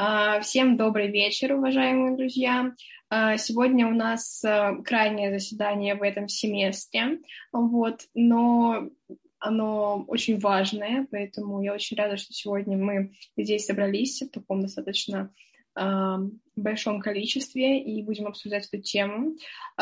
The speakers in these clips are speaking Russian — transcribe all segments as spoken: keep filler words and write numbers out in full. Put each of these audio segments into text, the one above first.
Всем добрый вечер, уважаемые друзья. Сегодня у нас крайнее заседание в этом семестре, вот, но оно очень важное, поэтому я очень рада, что сегодня мы здесь собрались в таком достаточно большом количестве и будем обсуждать эту тему.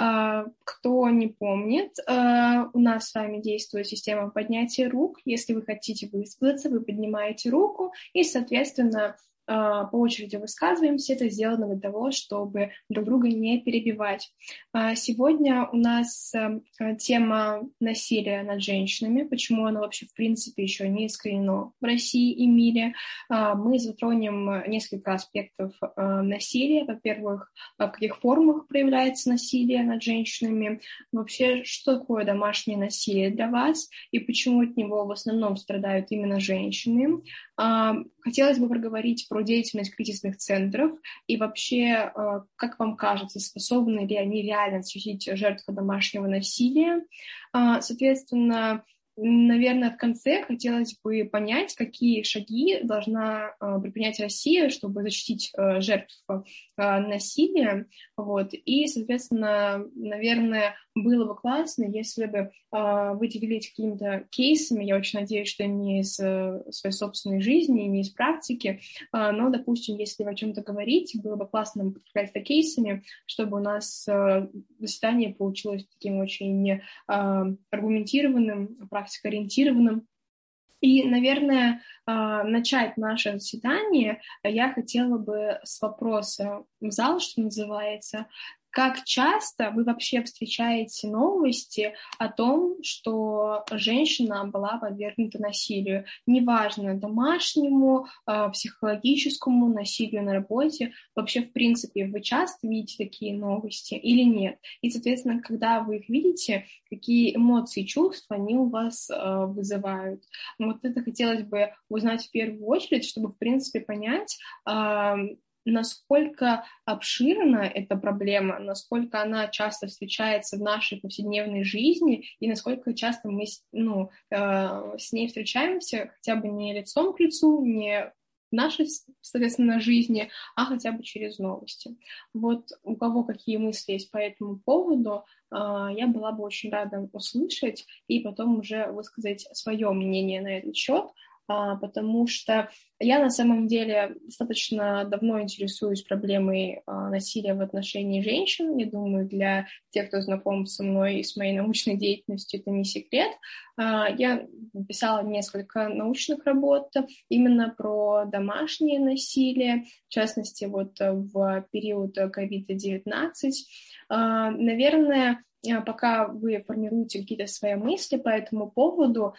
Кто не помнит, у нас с вами действует система поднятия рук. Если вы хотите высказаться, вы поднимаете руку и, соответственно, по очереди высказываемся. Это сделано для того, чтобы друг друга не перебивать. Сегодня у нас тема насилия над женщинами, почему оно вообще в принципе еще не искоренено в России и мире. Мы затронем несколько аспектов насилия. Во-первых, в каких формах проявляется насилие над женщинами, вообще, что такое домашнее насилие для вас и почему от него в основном страдают именно женщины. Хотелось бы проговорить про деятельность кризисных центров и вообще, как вам кажется, способны ли они реально защитить жертв домашнего насилия. Соответственно, наверное, в конце хотелось бы понять, какие шаги должна предпринять Россия, чтобы защитить жертв насилия. Вот. И, соответственно, наверное, было бы классно, если бы вы делились какими-то кейсами. Я очень надеюсь, что не из своей собственной жизни, не из практики, но, допустим, если вы о чем-то говорите, было бы классно подкреплять это кейсами, чтобы у нас заседание получилось таким очень аргументированным, практикоориентированным. И, наверное, начать наше заседание я хотела бы с вопроса в зал, что называется. Как часто вы вообще встречаете новости о том, что женщина была подвергнута насилию? Неважно, домашнему, психологическому насилию на работе. Вообще, в принципе, вы часто видите такие новости или нет? И, соответственно, когда вы их видите, какие эмоции, чувства они у вас вызывают? Вот это хотелось бы узнать в первую очередь, чтобы, в принципе, понять, насколько обширна эта проблема, насколько она часто встречается в нашей повседневной жизни и насколько часто мы ну, э, с ней встречаемся хотя бы не лицом к лицу, не в нашей, соответственно, жизни, а хотя бы через новости. Вот у кого какие мысли есть по этому поводу, э, я была бы очень рада услышать и потом уже высказать свое мнение на этот счет, потому что я на самом деле достаточно давно интересуюсь проблемой насилия в отношении женщин. Я думаю, для тех, кто знаком со мной и с моей научной деятельностью, это не секрет. Я писала несколько научных работ именно про домашнее насилие, в частности, вот в период ковид девятнадцать. Наверное, пока вы формируете какие-то свои мысли по этому поводу,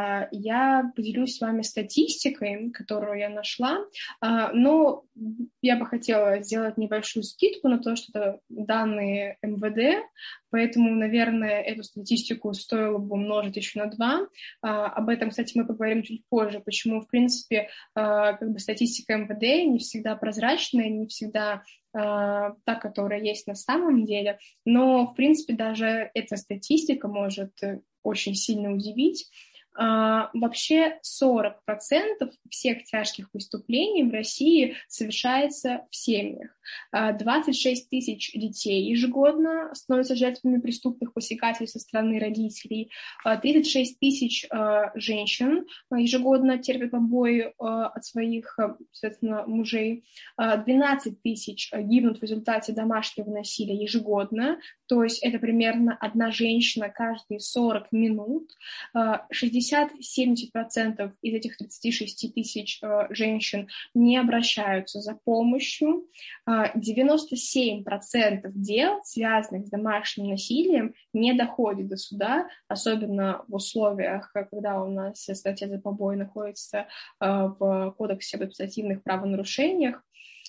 я поделюсь с вами статистикой, которую я нашла, но я бы хотела сделать небольшую скидку на то, что это данные эм вэ дэ, поэтому, наверное, эту статистику стоило бы умножить еще на два. Об этом, кстати, мы поговорим чуть позже, почему, в принципе, как бы статистика эм вэ дэ не всегда прозрачная, не всегда та, которая есть на самом деле, но, в принципе, даже эта статистика может очень сильно удивить. Вообще сорок процентов всех тяжких преступлений в России совершается в семьях. двадцать шесть тысяч детей ежегодно становятся жертвами преступных посягательств со стороны родителей. тридцать шесть тысяч женщин ежегодно терпят побои от своих, соответственно, мужей. двенадцать тысяч гибнут в результате домашнего насилия ежегодно. То есть это примерно одна женщина каждые сорок минут. шестьдесят-семьдесят процентов из этих тридцати шести тысяч женщин не обращаются за помощью. девяносто семь процентов дел, связанных с домашним насилием, не доходит до суда, особенно в условиях, когда у нас статья за побои находится в Кодексе об административных правонарушениях.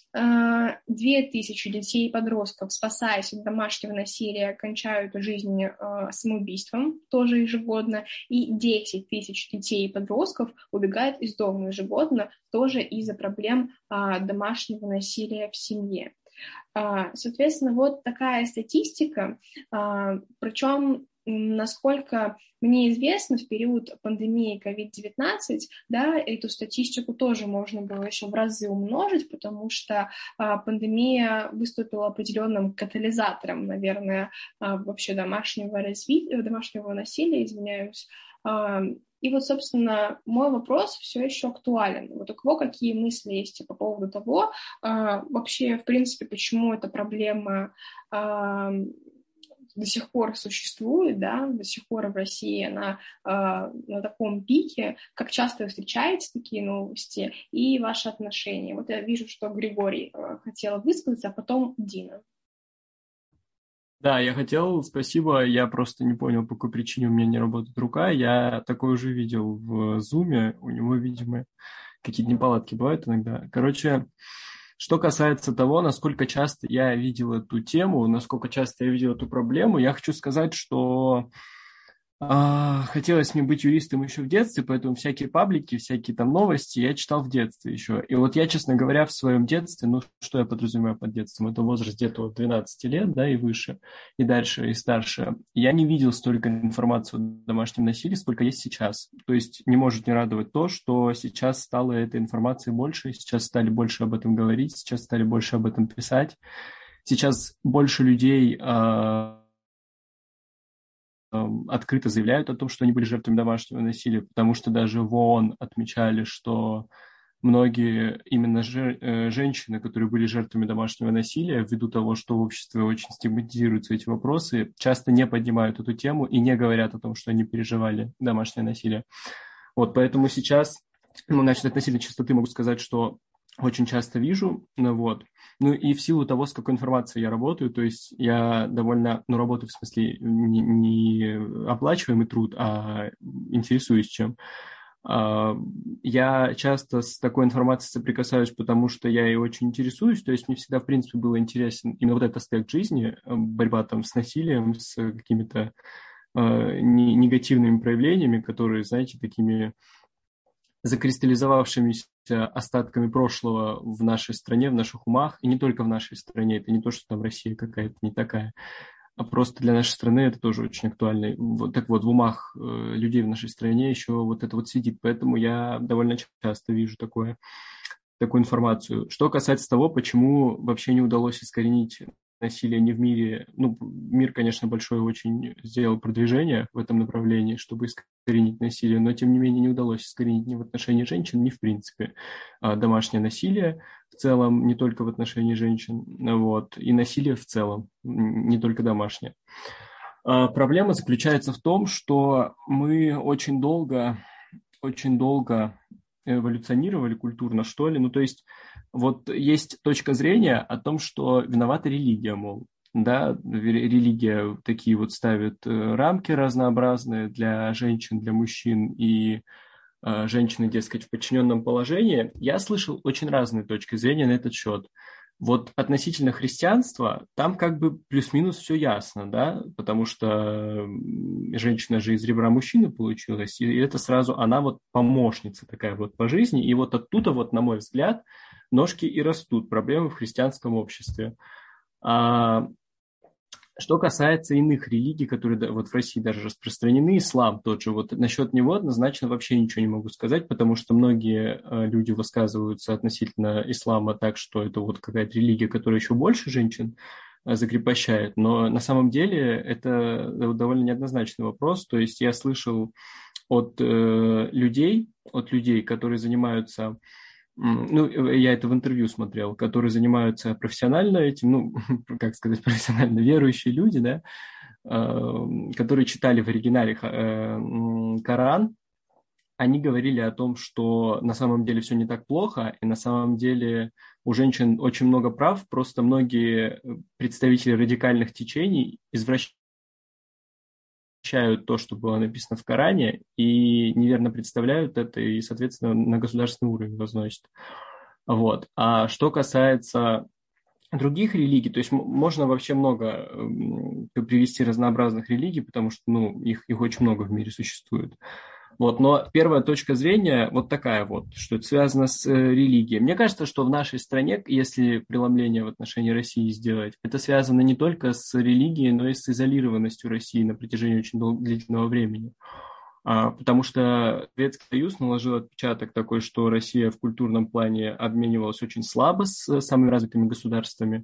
Две тысячи детей и подростков, спасаясь от домашнего насилия, кончают жизнь самоубийством, тоже ежегодно, и десять тысяч детей и подростков убегают из дома ежегодно, тоже из-за проблем домашнего насилия в семье. Соответственно, вот такая статистика, причем насколько мне известно, в период пандемии ковид девятнадцать, да, эту статистику тоже можно было еще в разы умножить, потому что а, пандемия выступила определенным катализатором, наверное, а, вообще домашнего развития, домашнего насилия, извиняюсь. А, и вот, собственно, мой вопрос все еще актуален. Вот у кого какие мысли есть по поводу того, а, вообще, в принципе, почему эта проблема а, до сих пор существует, да, до сих пор в России она э, на таком пике, как часто вы встречаете такие новости и ваши отношения. Вот я вижу, что Григорий э, хотел высказаться, а потом Дина. Да, я хотел, спасибо, я просто не понял, по какой причине у меня не работает рука. Я такое уже видел в Зуме, у него, видимо, какие-то неполадки бывают иногда. Короче, что касается того, насколько часто я видел эту тему, насколько часто я видел эту проблему, я хочу сказать, что а, хотелось мне быть юристом еще в детстве, поэтому всякие паблики, всякие там новости я читал в детстве еще. И вот я, честно говоря, в своем детстве, ну, что я подразумеваю под детством, это возраст где-то от двенадцати лет, да, и выше, и дальше, и старше, я не видел столько информации о домашнем насилии, сколько есть сейчас. То есть не может не радовать то, что сейчас стало этой информации больше, сейчас стали больше об этом говорить, сейчас стали больше об этом писать, сейчас больше людей открыто заявляют о том, что они были жертвами домашнего насилия, потому что даже в ООН отмечали, что многие именно же, э, женщины, которые были жертвами домашнего насилия, ввиду того, что в обществе очень стигматизируются эти вопросы, часто не поднимают эту тему и не говорят о том, что они переживали домашнее насилие. Вот, поэтому сейчас, ну, значит, относительно частоты могу сказать, что очень часто вижу, ну, вот. Ну и в силу того, с какой информацией я работаю, то есть я довольно, ну, работаю в смысле не, не оплачиваемый труд, а интересуюсь чем. Я часто с такой информацией соприкасаюсь, потому что я ей очень интересуюсь, то есть мне всегда, в принципе, был интересен именно вот этот аспект жизни, борьба там с насилием, с какими-то э, негативными проявлениями, которые, знаете, такими закристаллизовавшимися остатками прошлого в нашей стране, в наших умах, и не только в нашей стране, это не то, что там Россия какая-то не такая, а просто для нашей страны это тоже очень актуально. Вот, так вот, в умах э, людей в нашей стране еще вот это вот сидит, поэтому я довольно часто вижу такое, такую информацию. Что касается того, почему вообще не удалось искоренить насилие не в мире, ну, мир, конечно, большое очень сделал продвижение в этом направлении, чтобы искоренить насилие, но, тем не менее, не удалось искоренить ни в отношении женщин, ни в принципе. Домашнее насилие в целом, не только в отношении женщин, вот, и насилие в целом, не только домашнее. Проблема заключается в том, что мы очень долго, очень долго эволюционировали культурно, что ли. Ну, то есть вот есть точка зрения о том, что виновата религия, мол, да, религия такие вот ставит рамки разнообразные для женщин, для мужчин, и э, женщины, дескать, в подчиненном положении. Я слышал очень разные точки зрения на этот счет. Вот относительно христианства, там как бы плюс-минус все ясно, да, потому что женщина же из ребра мужчины получилась, и это сразу она вот помощница такая вот по жизни, и вот оттуда вот, на мой взгляд, ножки и растут проблемы в христианском обществе. А что касается иных религий, которые вот в России даже распространены, ислам тот же, вот насчет него однозначно вообще ничего не могу сказать, потому что многие люди высказываются относительно ислама так, что это вот какая-то религия, которая еще больше женщин закрепощает, но на самом деле это довольно неоднозначный вопрос, то есть я слышал от э, людей, от людей, которые занимаются, ну, я это в интервью смотрел, которые занимаются профессионально этим, ну, как сказать, профессионально верующие люди, да, которые читали в оригинале Коран, они говорили о том, что на самом деле все не так плохо, и на самом деле у женщин очень много прав, просто многие представители радикальных течений извращают то, что было написано в Коране, и неверно представляют это, и, соответственно, на государственный уровень возносят. Вот. А что касается других религий, то есть можно вообще много привести разнообразных религий, потому что ну, их, их очень много в мире существует. Вот, но первая точка зрения вот такая вот, что это связано с э, религией. Мне кажется, что в нашей стране, если преломление в отношении России сделать, это связано не только с религией, но и с изолированностью России на протяжении очень дол- длительного времени. А, потому что Советский Союз наложил отпечаток такой, что Россия в культурном плане обменивалась очень слабо с самыми развитыми государствами.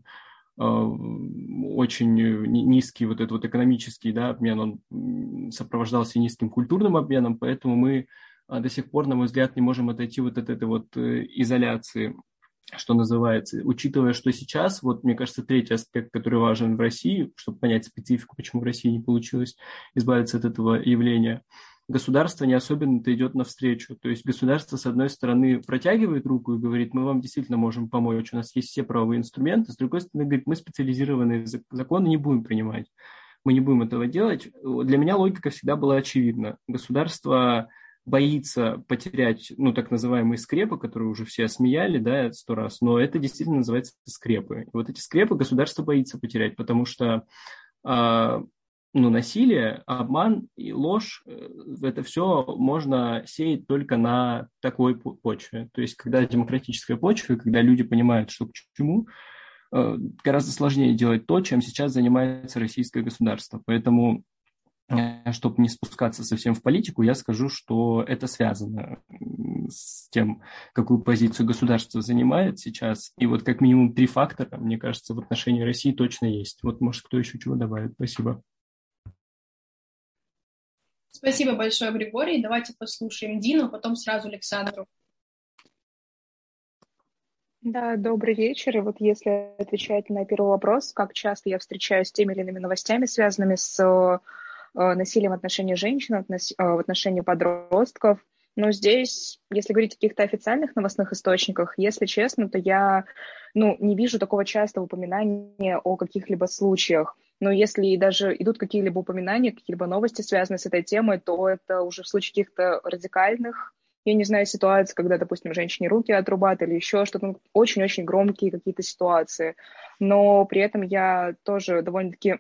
Очень низкий вот этот вот экономический, да, обмен, он сопровождался низким культурным обменом, поэтому мы до сих пор, на мой взгляд, не можем отойти вот от этой вот изоляции, что называется. Учитывая, что сейчас, вот, мне кажется, третий аспект, который важен в России, чтобы понять специфику, почему в России не получилось избавиться от этого явления, государство не особенно-то идет навстречу. То есть государство, с одной стороны, протягивает руку и говорит, мы вам действительно можем помочь, у нас есть все правовые инструменты, с другой стороны, говорит, мы специализированные законы не будем принимать, мы не будем этого делать. Для меня логика всегда была очевидна. Государство боится потерять, ну, так называемые скрепы, которые уже все осмеяли, да, сто раз, но это действительно называется скрепы. И вот эти скрепы государство боится потерять, потому что а, ну, насилие, обман и ложь, это все можно сеять только на такой почве. То есть, когда демократическая почва, когда люди понимают, что к чему, гораздо сложнее делать то, чем сейчас занимается российское государство. Поэтому, чтобы не спускаться совсем в политику, я скажу, что это связано с тем, какую позицию государство занимает сейчас. И вот как минимум три фактора, мне кажется, в отношении России точно есть. Вот, может, кто еще чего добавит? Спасибо. Спасибо большое, Григорий. Давайте послушаем Дину, потом сразу Александру. Да, добрый вечер. И вот если отвечать на первый вопрос, как часто я встречаюсь с теми или иными новостями, связанными с э, насилием в отношении женщин, в отношении подростков, но здесь, если говорить о каких-то официальных новостных источниках, если честно, то я ну, не вижу такого частого упоминания о каких-либо случаях. Но если даже идут какие-либо упоминания, какие-либо новости, связанные с этой темой, то это уже в случае каких-то радикальных, я не знаю, ситуаций, когда, допустим, женщине руки отрубают или еще что-то, ну, очень-очень громкие какие-то ситуации. Но при этом я тоже довольно-таки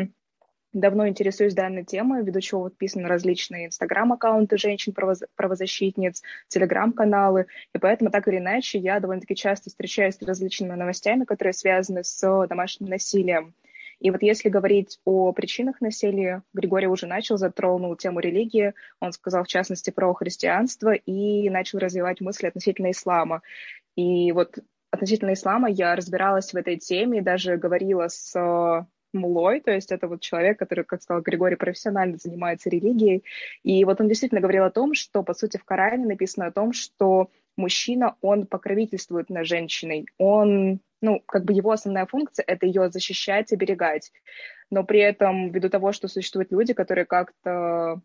давно интересуюсь данной темой, ввиду чего подписаны различные инстаграм-аккаунты женщин-правозащитниц, телеграм-каналы, и поэтому так или иначе я довольно-таки часто встречаюсь с различными новостями, которые связаны с домашним насилием. И вот если говорить о причинах насилия, Григорий уже начал, затронул тему религии, он сказал в частности про христианство и начал развивать мысли относительно ислама. И вот относительно ислама я разбиралась в этой теме и даже говорила с мулой, то есть это вот человек, который, как сказал Григорий, профессионально занимается религией. И вот он действительно говорил о том, что, по сути, в Коране написано о том, что мужчина, он покровительствует над женщиной, он, ну, как бы его основная функция — это ее защищать, оберегать. Но при этом, ввиду того, что существуют люди, которые как-то,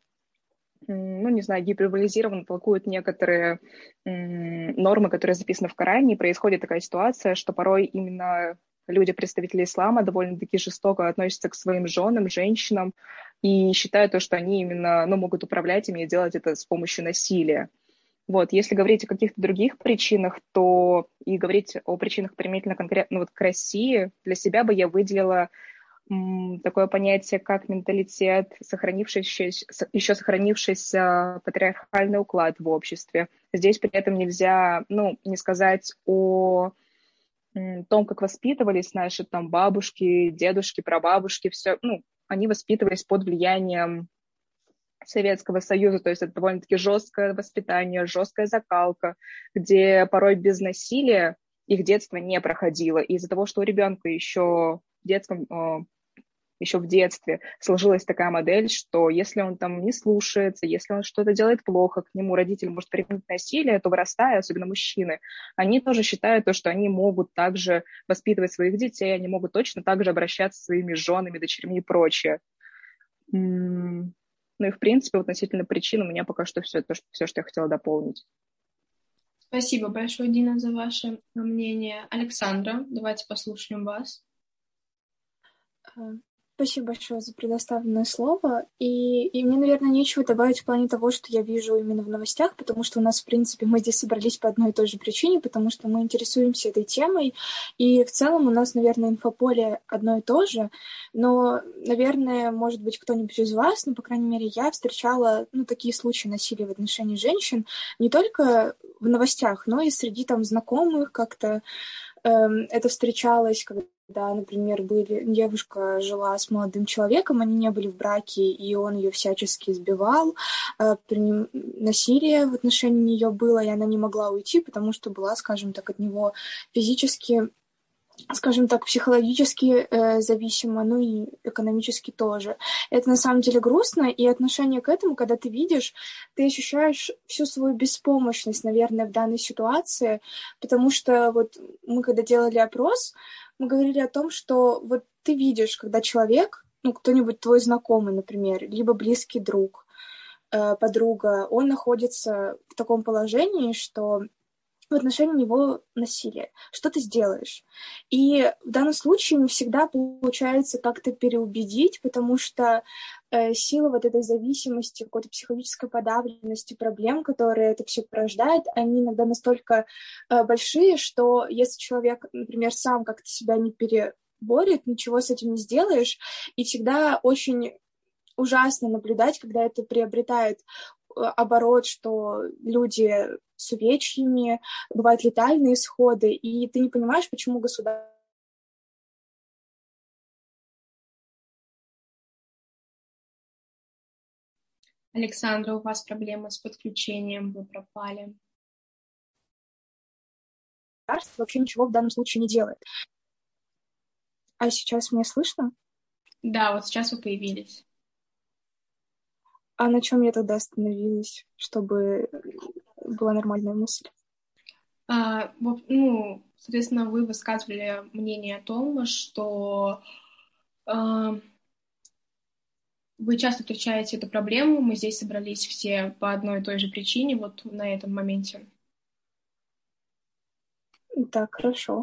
ну, не знаю, гиперболизированно толкуют некоторые нормы, которые записаны в Коране, и происходит такая ситуация, что порой именно люди, представители ислама, довольно-таки жестоко относятся к своим женам, женщинам и считают то, что они именно, ну, могут управлять ими и делать это с помощью насилия. Вот, если говорить о каких-то других причинах, то и говорить о причинах применительно конкретно ну, вот к России, для себя бы я выделила м, такое понятие, как менталитет, сохранившийся, еще сохранившийся патриархальный уклад в обществе. Здесь при этом нельзя, ну, не сказать о том, как воспитывались наши там бабушки, дедушки, прабабушки, все, ну, они воспитывались под влиянием Советского Союза, то есть это довольно-таки жесткое воспитание, жесткая закалка, где порой без насилия их детство не проходило. И из-за того, что у ребенка еще в детском, еще в детстве сложилась такая модель, что если он там не слушается, если он что-то делает плохо, к нему родитель может применить насилие, то вырастая, особенно мужчины, они тоже считают то, что они могут также воспитывать своих детей, они могут точно так же обращаться со своими женами, дочерьми и прочее. Ну и, в принципе, относительно причин у меня пока что все, то, что, все, что я хотела дополнить. Спасибо большое, Дина, за ваше мнение. Александра, давайте послушаем вас. Спасибо большое за предоставленное слово. И, и мне, наверное, нечего добавить в плане того, что я вижу именно в новостях, потому что у нас, в принципе, мы здесь собрались по одной и той же причине, потому что мы интересуемся этой темой. И в целом у нас, наверное, инфополе одно и то же. Но, наверное, может быть, кто-нибудь из вас, ну, по крайней мере, я встречала, ну, такие случаи насилия в отношении женщин не только в новостях, но и среди там знакомых как-то. Эм, это встречалось, когда Да, например, были, девушка жила с молодым человеком, они не были в браке, и он ее всячески избивал, э, при нем насилие в отношении нее было, и она не могла уйти, потому что была, скажем так, от него физически, скажем так, психологически э, зависима, ну и экономически тоже. Это на самом деле грустно, и отношение к этому, когда ты видишь, ты ощущаешь всю свою беспомощность, наверное, в данной ситуации, потому что вот мы, когда делали опрос, мы говорили о том, что вот ты видишь, когда человек, ну, кто-нибудь твой знакомый, например, либо близкий друг, э, подруга, он находится в таком положении, что в отношении него насилие. Что ты сделаешь? И в данном случае не всегда получается как-то переубедить, потому что э, сила вот этой зависимости, какой-то психологической подавленности, проблем, которые это все порождает, они иногда настолько э, большие, что если человек, например, сам как-то себя не переборет, ничего с этим не сделаешь, и всегда очень ужасно наблюдать, когда это приобретает оборот, что люди с увечьями, бывают летальные исходы, и ты не понимаешь, почему государство... Александра, у вас проблемы с подключением, вы пропали. вообще ничего в данном случае не делает. А сейчас меня слышно? Да, вот сейчас вы появились. А на чем я тогда остановилась, чтобы была нормальная мысль? А, ну, соответственно, вы высказывали мнение о том, что а, вы часто встречаете эту проблему, мы здесь собрались все по одной и той же причине, вот на этом моменте. Так, хорошо.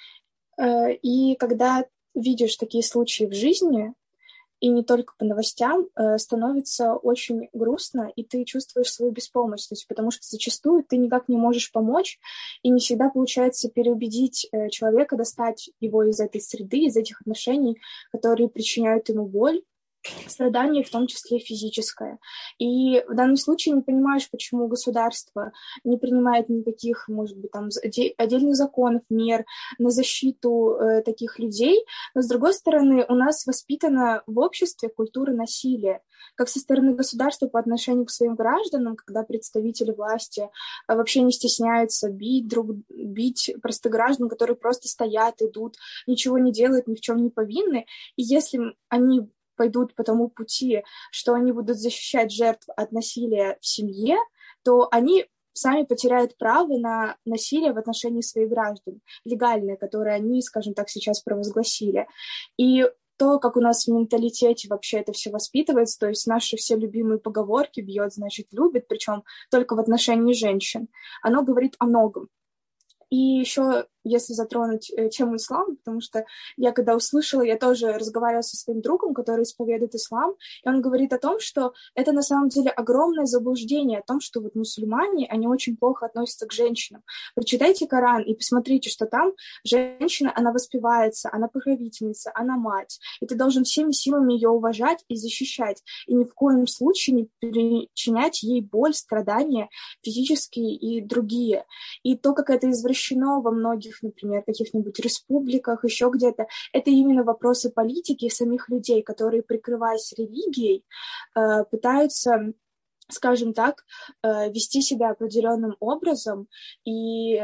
И когда видишь такие случаи в жизни, и не только по новостям, становится очень грустно, и ты чувствуешь свою беспомощность, потому что зачастую ты никак не можешь помочь, и не всегда получается переубедить человека, достать его из этой среды, из этих отношений, которые причиняют ему боль, страдания, в том числе физическое. И в данном случае не понимаешь, почему государство не принимает никаких, может быть, там отдельных законов, мер на защиту э, таких людей. Но, с другой стороны, у нас воспитана в обществе культура насилия, как со стороны государства по отношению к своим гражданам, когда представители власти вообще не стесняются бить друг, бить простых граждан, которые просто стоят, идут, ничего не делают, ни в чем не повинны. И если они пойдут по тому пути, что они будут защищать жертв от насилия в семье, то они сами потеряют право на насилие в отношении своих граждан, легальное, которое они, скажем так, сейчас провозгласили. И то, как у нас в менталитете вообще это все воспитывается, то есть наши все любимые поговорки «бьет, значит, любит», причем только в отношении женщин, оно говорит о многом. И еще, если затронуть тему ислама, потому что я когда услышала, я тоже разговаривала со своим другом, который исповедует ислам, и он говорит о том, что это на самом деле огромное заблуждение, о том, что вот мусульмане, они очень плохо относятся к женщинам. Прочитайте Коран и посмотрите, что там женщина, она воспевается, она покровительница, она мать, и ты должен всеми силами ее уважать и защищать, и ни в коем случае не причинять ей боль, страдания физические и другие. И то, как это извращено во многих, например, каких-нибудь республиках, еще где-то, это именно вопросы политики самих людей, которые, прикрываясь религией, пытаются, скажем так, вести себя определенным образом и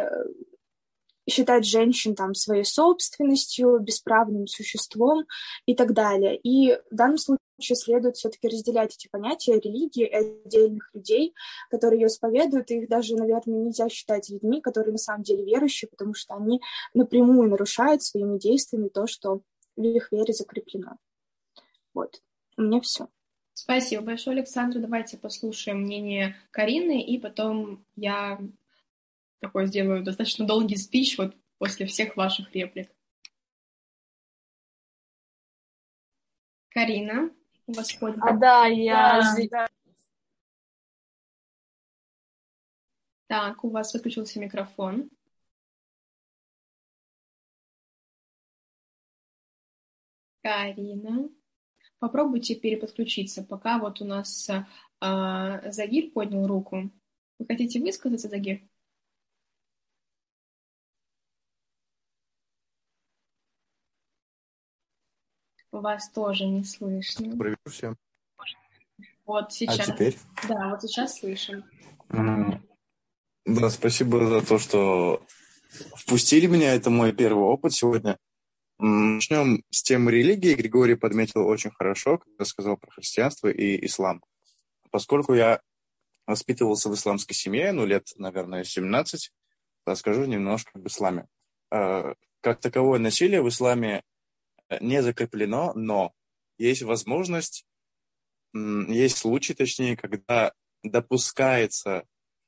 считать женщин там своей собственностью, бесправным существом и так далее. И в данном случае следует все-таки разделять эти понятия религии и отдельных людей, которые ее исповедуют, и их даже, наверное, нельзя считать людьми, которые на самом деле верующие, потому что они напрямую нарушают своими действиями то, что в их вере закреплено. Вот, у меня все. Спасибо большое, Александра. Давайте послушаем мнение Карины, и потом я такой сделаю достаточно долгий спич вот после всех ваших реплик. Карина, у вас поднят. А, да, я... Да. Так, у вас выключился микрофон. Карина. Попробуйте переподключиться, пока вот у нас э, Загир поднял руку. Вы хотите высказаться, Загир? Вас тоже не слышно. Проверю всем. Вот сейчас. А теперь? Да, вот сейчас слышим. Mm. Да, спасибо за то, что впустили меня. Это мой первый опыт сегодня. Начнем с темы религии. Григорий подметил очень хорошо, когда сказал про христианство и ислам. Поскольку я воспитывался в исламской семье, ну, лет, наверное, семнадцать, расскажу немножко об исламе. Как таковое насилие в исламе не закреплено, но есть возможность, есть случаи, точнее, когда допускается,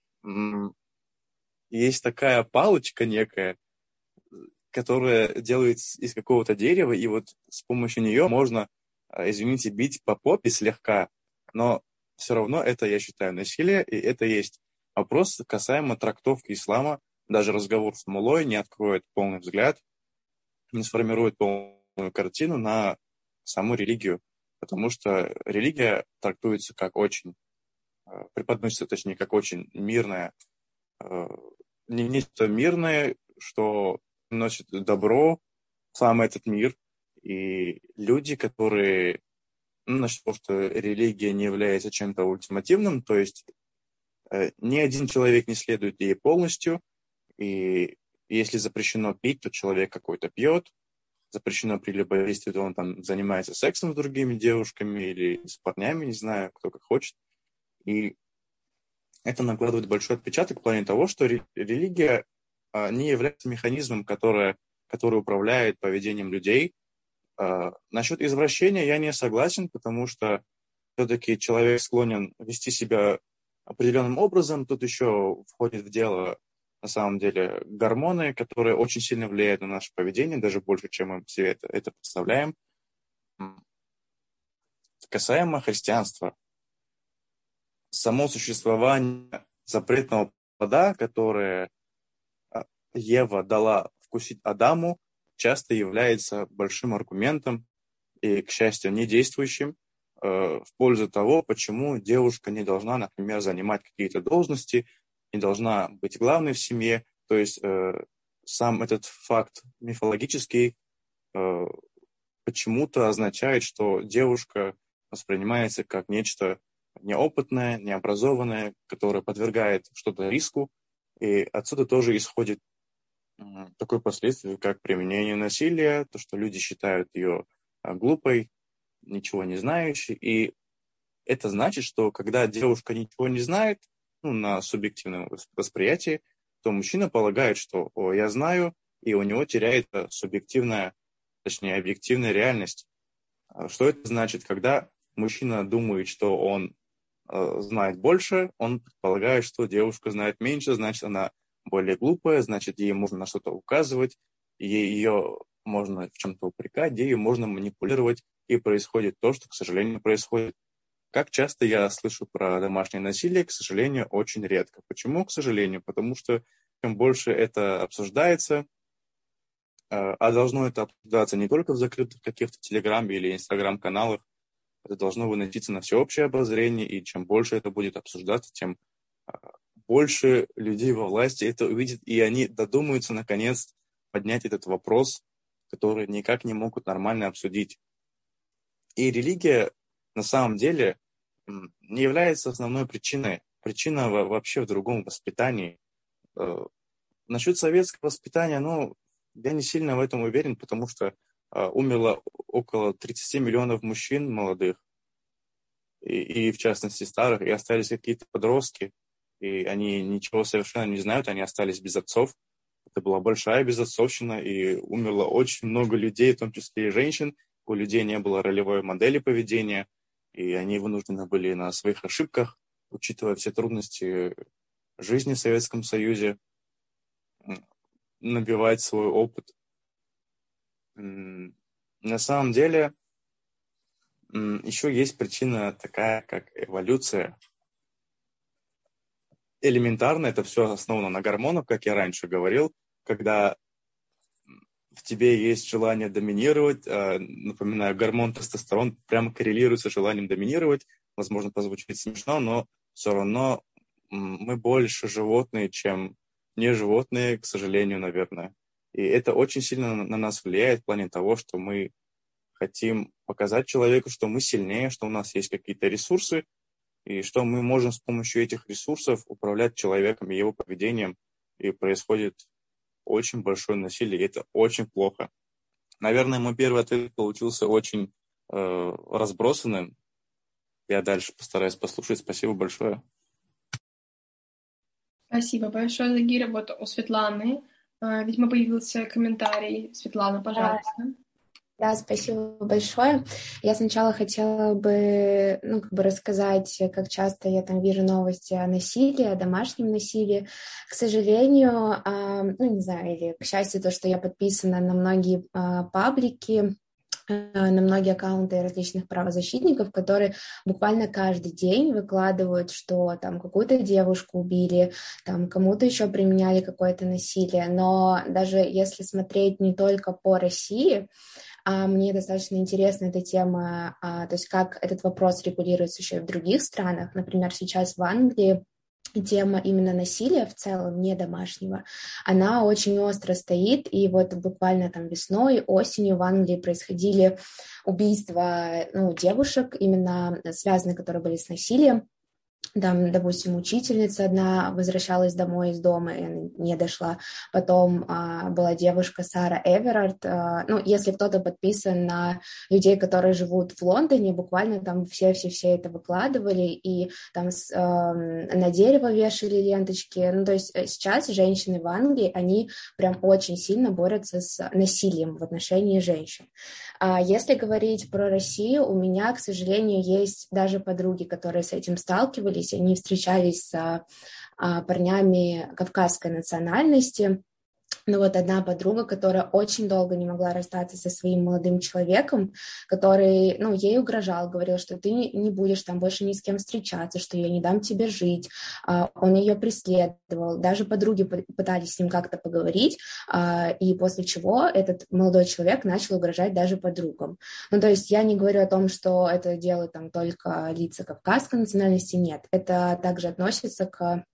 есть такая палочка некая, которая делается из какого-то дерева, и вот с помощью нее можно, извините, бить по попе слегка, но все равно это, я считаю, насилие, и это есть вопрос касаемо трактовки ислама. Даже разговор с муллой не откроет полный взгляд, не сформирует полную картину на саму религию, потому что религия трактуется как очень, преподносится, точнее, как очень мирная, не нечто мирное, что носит добро в сам этот мир, и люди, которые, ну, насчет того, что религия не является чем-то ультимативным, то есть э, ни один человек не следует ей полностью, и если запрещено пить, то человек какой-то пьет, запрещено прелюбодействие, то он там занимается сексом с другими девушками или с парнями, не знаю, кто как хочет. И это накладывает большой отпечаток в плане того, что религия а, не является механизмом, который, который управляет поведением людей. А, насчет извращения я не согласен, потому что все-таки человек склонен вести себя определенным образом. Тут еще входит в дело, на самом деле, гормоны, которые очень сильно влияют на наше поведение, даже больше, чем мы себе это, это представляем. Касаемо христианства. Само существование запретного плода, которое Ева дала вкусить Адаму, часто является большим аргументом и, к счастью, не действующим э, в пользу того, почему девушка не должна, например, занимать какие-то должности, не должна быть главной в семье. То есть э, сам этот факт мифологический э, почему-то означает, что девушка воспринимается как нечто неопытное, необразованное, которое подвергает что-то риску. И отсюда тоже исходит такое последствие, как применение насилия, то, что люди считают ее глупой, ничего не знающей. И это значит, что когда девушка ничего не знает, ну, на субъективном восприятии, то мужчина полагает, что «О, я знаю», и у него теряется субъективная, точнее, объективная реальность. Что это значит? Когда мужчина думает, что он э, знает больше, он предполагает, что девушка знает меньше, значит, она более глупая, значит, ей можно на что-то указывать, ее можно в чем-то упрекать, ею можно манипулировать, и происходит то, что, к сожалению, происходит. Как часто я слышу про домашнее насилие, к сожалению, очень редко. Почему, к сожалению? Потому что чем больше это обсуждается, а должно это обсуждаться не только в закрытых каких-то телеграм- или инстаграм-каналах, это должно выноситься на всеобщее обозрение, и чем больше это будет обсуждаться, тем больше людей во власти это увидят, и они додумаются, наконец, поднять этот вопрос, который никак не могут нормально обсудить. И религия, на самом деле, не является основной причиной. Причина вообще в другом воспитании. Насчет советского воспитания, ну, я не сильно в этом уверен, потому что умерло около тридцать миллионов мужчин молодых, и, и в частности старых, и остались какие-то подростки, и они ничего совершенно не знают, они остались без отцов. Это была большая безотцовщина, и умерло очень много людей, в том числе и женщин. У людей не было ролевой модели поведения, и они вынуждены были на своих ошибках, учитывая все трудности жизни в Советском Союзе, набивать свой опыт. На самом деле, Еще есть причина такая, как эволюция. Элементарно это все основано на гормонах, как я раньше говорил, когда в тебе есть желание доминировать, напоминаю, гормон тестостерон прямо коррелируется с желанием доминировать, возможно, позвучит смешно, но все равно мы больше животные, чем не животные, к сожалению, наверное. И это очень сильно на нас влияет в плане того, что мы хотим показать человеку, что мы сильнее, что у нас есть какие-то ресурсы, и что мы можем с помощью этих ресурсов управлять человеком и его поведением, и происходит очень большое насилие, и это очень плохо. Наверное, мой первый ответ получился очень э, разбросанным. Я дальше постараюсь послушать. Спасибо большое. Спасибо большое, Загира. Вот у Светланы, э, видимо, появился комментарий. Светлана, пожалуйста. Да, спасибо большое. Я сначала хотела бы, ну, как бы рассказать, как часто я там вижу новости о насилии, о домашнем насилии. К сожалению, э, ну, не знаю, или к счастью, то, что я подписана на многие э, паблики, на многие аккаунты различных правозащитников, которые буквально каждый день выкладывают, что там какую-то девушку убили, там кому-то еще применяли какое-то насилие. Но даже если смотреть не только по России, а мне достаточно интересна эта тема, а, то есть как этот вопрос регулируется еще и в других странах. Например, сейчас в Англии тема именно насилия в целом, не домашнего, она очень остро стоит, и вот буквально там весной, осенью в Англии происходили убийства, ну, девушек, именно связанные, которые были с насилием. Там, допустим, учительница одна возвращалась домой из дома, и она не дошла. Потом а, была девушка Сара Эверард. А, ну, если кто-то подписан на людей, которые живут в Лондоне, буквально там все-все-все это выкладывали, и там с, а, на дерево вешали ленточки. Ну, то есть сейчас женщины в Англии, они прям очень сильно борются с насилием в отношении женщин. А если говорить про Россию, у меня, к сожалению, есть даже подруги, которые с этим сталкивались. Они встречались с а, парнями кавказской национальности. Ну вот одна подруга, которая очень долго не могла расстаться со своим молодым человеком, который, ну, ей угрожал, говорил, что ты не будешь там больше ни с кем встречаться, что я не дам тебе жить. Он ее преследовал. Даже подруги пытались с ним как-то поговорить, и после чего этот молодой человек начал угрожать даже подругам. Ну, то есть я не говорю о том, что это делают там только лица кавказской национальности, нет. Это также относится к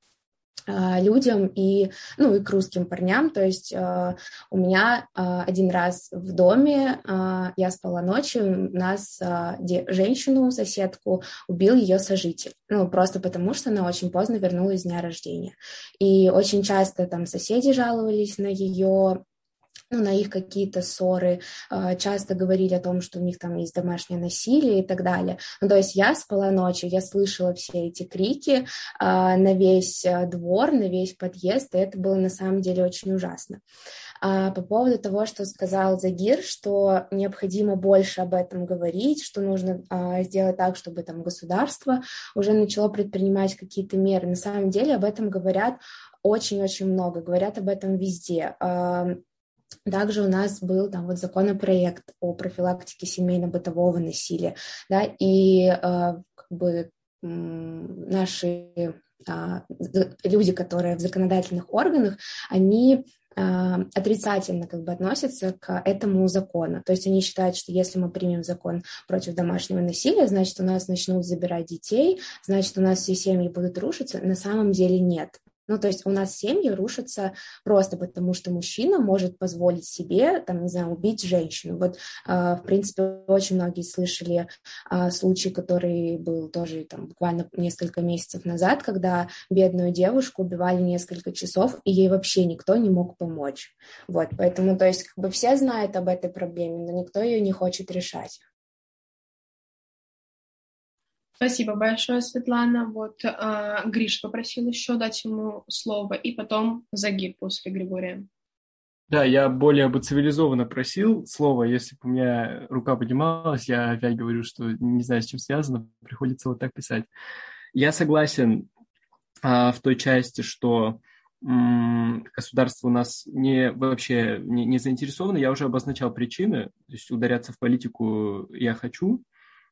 людям и, ну, и к русским парням. То есть э, у меня э, один раз в доме э, я спала ночью, у нас э, де, женщину, соседку, убил ее сожитель. Ну, просто потому, что она очень поздно вернулась с дня рождения. И очень часто там соседи жаловались на ее... ну, на их какие-то ссоры, часто говорили о том, что у них там есть домашнее насилие и так далее. Ну, то есть я спала ночью, я слышала все эти крики на весь двор, на весь подъезд, и это было на самом деле очень ужасно. А по поводу того, что сказал Загир, что необходимо больше об этом говорить, что нужно а, сделать так, чтобы там государство уже начало предпринимать какие-то меры. На самом деле об этом говорят очень-очень много, говорят об этом везде. Также у нас был там вот законопроект о профилактике семейно-бытового насилия, да, и э, как бы наши э, люди, которые в законодательных органах, они э, отрицательно как бы относятся к этому закону. То есть они считают, что если мы примем закон против домашнего насилия, значит, у нас начнут забирать детей, значит, у нас все семьи будут рушиться. На самом деле нет. Ну, то есть у нас семьи рушатся просто потому, что мужчина может позволить себе, там, не знаю, убить женщину. Вот, э, в принципе, очень многие слышали э, случай, который был тоже там буквально несколько месяцев назад, когда бедную девушку убивали несколько часов, и ей вообще никто не мог помочь. Вот, поэтому, то есть, как бы все знают об этой проблеме, но никто ее не хочет решать. Спасибо большое, Светлана. Вот э, Гриш попросил еще дать ему слово, и потом Загир после Григория. Да, я более бы цивилизованно просил слово. Если бы у меня рука поднималась, я опять говорю, что не знаю, с чем связано, приходится вот так писать. Я согласен а, в той части, что м, государство у нас не, вообще не, не заинтересовано. Я уже обозначал причины, то есть ударяться в политику я хочу.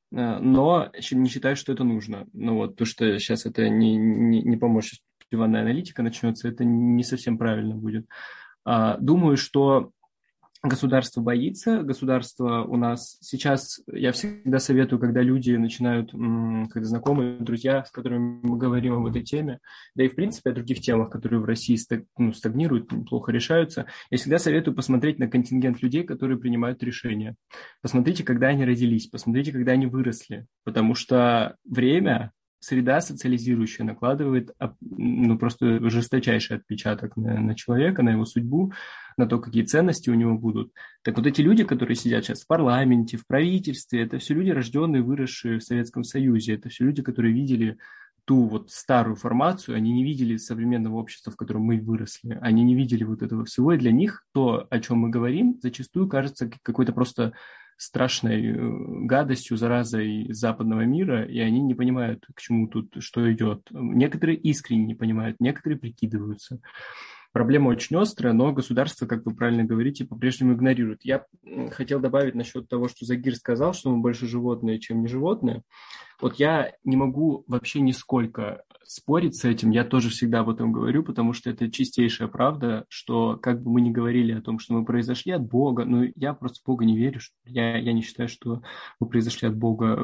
но не считаю, что это нужно. Ну вот, то, что сейчас это не, не, не поможет, сейчас диванная аналитика начнется, это не совсем правильно будет. Думаю, что государство боится, государство у нас сейчас, я всегда советую, когда люди начинают, когда знакомые, друзья, с которыми мы говорим об этой теме, да и в принципе о других темах, которые в России стаг, ну, стагнируют, плохо решаются, я всегда советую посмотреть на контингент людей, которые принимают решения. Посмотрите, когда они родились, посмотрите, когда они выросли, потому что время, среда социализирующая накладывает ну, просто жесточайший отпечаток на, на человека, на его судьбу, на то, какие ценности у него будут. Так вот эти люди, которые сидят сейчас в парламенте, в правительстве, это все люди, рожденные, выросшие в Советском Союзе, это все люди, которые видели ту вот старую формацию, они не видели современного общества, в котором мы выросли, они не видели вот этого всего, и для них то, о чем мы говорим, зачастую кажется какой-то просто страшной гадостью, заразой западного мира, и они не понимают, к чему тут, что идет. Некоторые искренне не понимают, некоторые прикидываются. Проблема очень острая, но государство, как вы правильно говорите, по-прежнему игнорирует. Я хотел добавить насчет того, что Загир сказал, что мы больше животные, чем не животные. Вот я не могу вообще нисколько спорить с этим, я тоже всегда об этом говорю, потому что это чистейшая правда, что как бы мы ни говорили о том, что мы произошли от Бога, но я просто в Бога не верю, я, я не считаю, что мы произошли от Бога.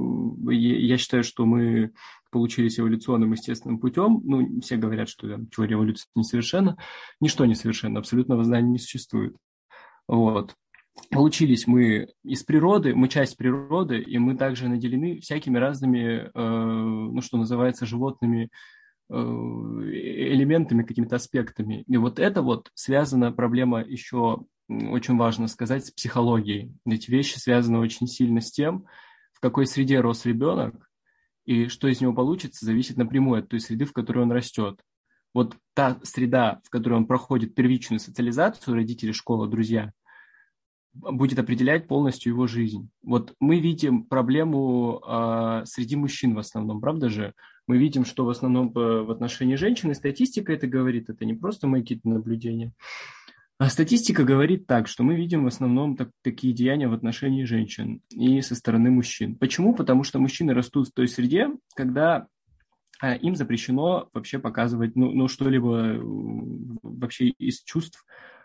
Я считаю, что мы получились эволюционным естественным путем. Ну, все говорят, что там, теория эволюции несовершенна. Ничто не совершенно, абсолютного знания не существует. Вот. Получились мы из природы, мы часть природы, и мы также наделены всякими разными, э, ну, что называется, животными э, элементами, какими-то аспектами. И вот это вот связана проблема еще, очень важно сказать, с психологией. Эти вещи связаны очень сильно с тем, в какой среде рос ребенок, и что из него получится, зависит напрямую от той среды, в которой он растет. Вот та среда, в которой он проходит первичную социализацию, родители, школа, друзья, будет определять полностью его жизнь. Вот мы видим проблему э, среди мужчин в основном, правда же? Мы видим, что в основном в отношении женщин, и статистика это говорит, это не просто мои какие-то наблюдения, а статистика говорит так, что мы видим в основном так, такие деяния в отношении женщин и со стороны мужчин. Почему? Потому что мужчины растут в той среде, когда э, им запрещено вообще показывать ну, ну, что-либо вообще из чувств.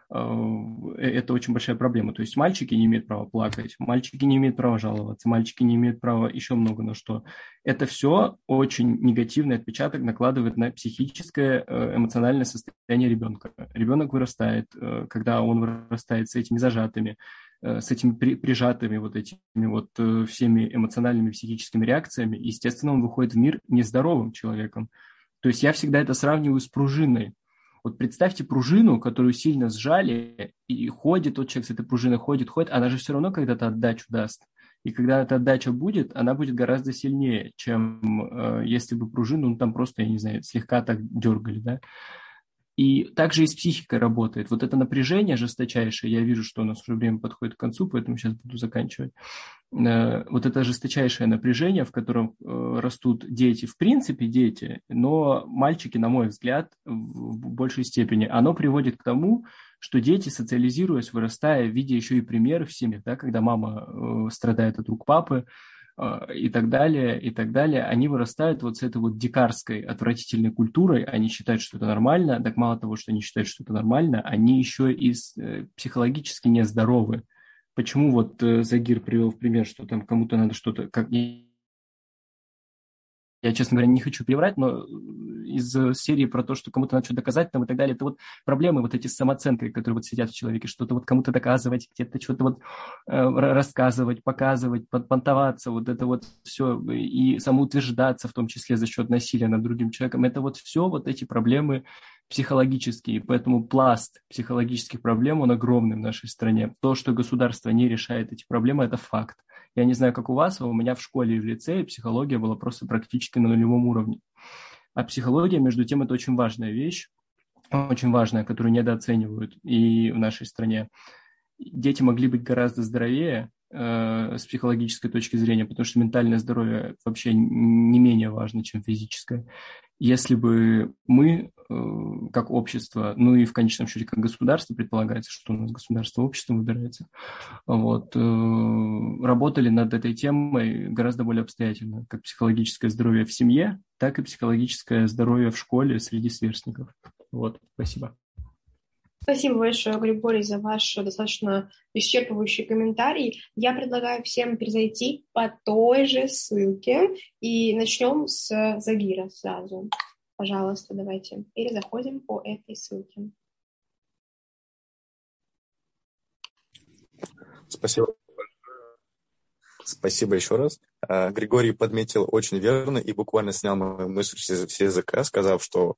Это очень большая проблема. То есть мальчики не имеют права плакать, мальчики не имеют права жаловаться, мальчики не имеют права еще много на что. Это все очень негативный отпечаток накладывает на психическое, эмоциональное состояние ребенка. Ребенок вырастает, когда он вырастает с этими зажатыми, с этими прижатыми вот этими вот всеми эмоциональными психическими реакциями, естественно, он выходит в мир нездоровым человеком. То есть я всегда это сравниваю с пружиной. Вот представьте пружину, которую сильно сжали, и ходит, тот человек с этой пружиной ходит, ходит, она же все равно когда-то отдачу даст. И когда эта отдача будет, она будет гораздо сильнее, чем э, если бы пружину, ну там просто, я не знаю, слегка так дергали, да. И также и с психикой работает. Вот это напряжение жесточайшее, я вижу, что у нас уже время подходит к концу, поэтому сейчас буду заканчивать. Вот это жесточайшее напряжение, в котором растут дети, в принципе дети, но мальчики, на мой взгляд, в большей степени, оно приводит к тому, что дети, социализируясь, вырастая, видя еще и примеры в семьях, да, когда мама страдает от рук папы, и так далее, и так далее, они вырастают вот с этой вот дикарской, отвратительной культурой, они считают, что это нормально, так мало того, что они считают, что это нормально, они еще и психологически нездоровы. Почему вот Загир привел в пример, что там кому-то надо что-то... Как... Я, честно говоря, не хочу переврать, но из серии про то, что кому-то надо что-то доказать там, и так далее, это вот проблемы вот эти с самооценкой, которые вот сидят в человеке, что-то вот кому-то доказывать, где-то что-то вот э, рассказывать, показывать, понтоваться, вот это вот все, и самоутверждаться, в том числе за счет насилия над другим человеком, это вот все вот эти проблемы психологические, поэтому пласт психологических проблем, он огромный в нашей стране. То, что государство не решает эти проблемы, это факт. Я не знаю, как у вас, а у меня в школе и в лицее психология была просто практически на нулевом уровне. А психология, между тем, это очень важная вещь, очень важная, которую недооценивают и в нашей стране. Дети могли быть гораздо здоровее э, с психологической точки зрения, потому что ментальное здоровье вообще не менее важно, чем физическое. если бы мы, как общество, ну и в конечном счете как государство, предполагается, что у нас государство, общество выбирается, вот, работали над этой темой гораздо более обстоятельно, как психологическое здоровье в семье, так и психологическое здоровье в школе среди сверстников. Вот, спасибо. Спасибо большое, Григорий, за ваш достаточно исчерпывающий комментарий. Я предлагаю всем перезайти по той же ссылке и начнем с Загира сразу. Пожалуйста, давайте. Или заходим по этой ссылке. Спасибо. Спасибо еще раз. Григорий подметил очень верно и буквально снял мою мысль с языка, сказав, что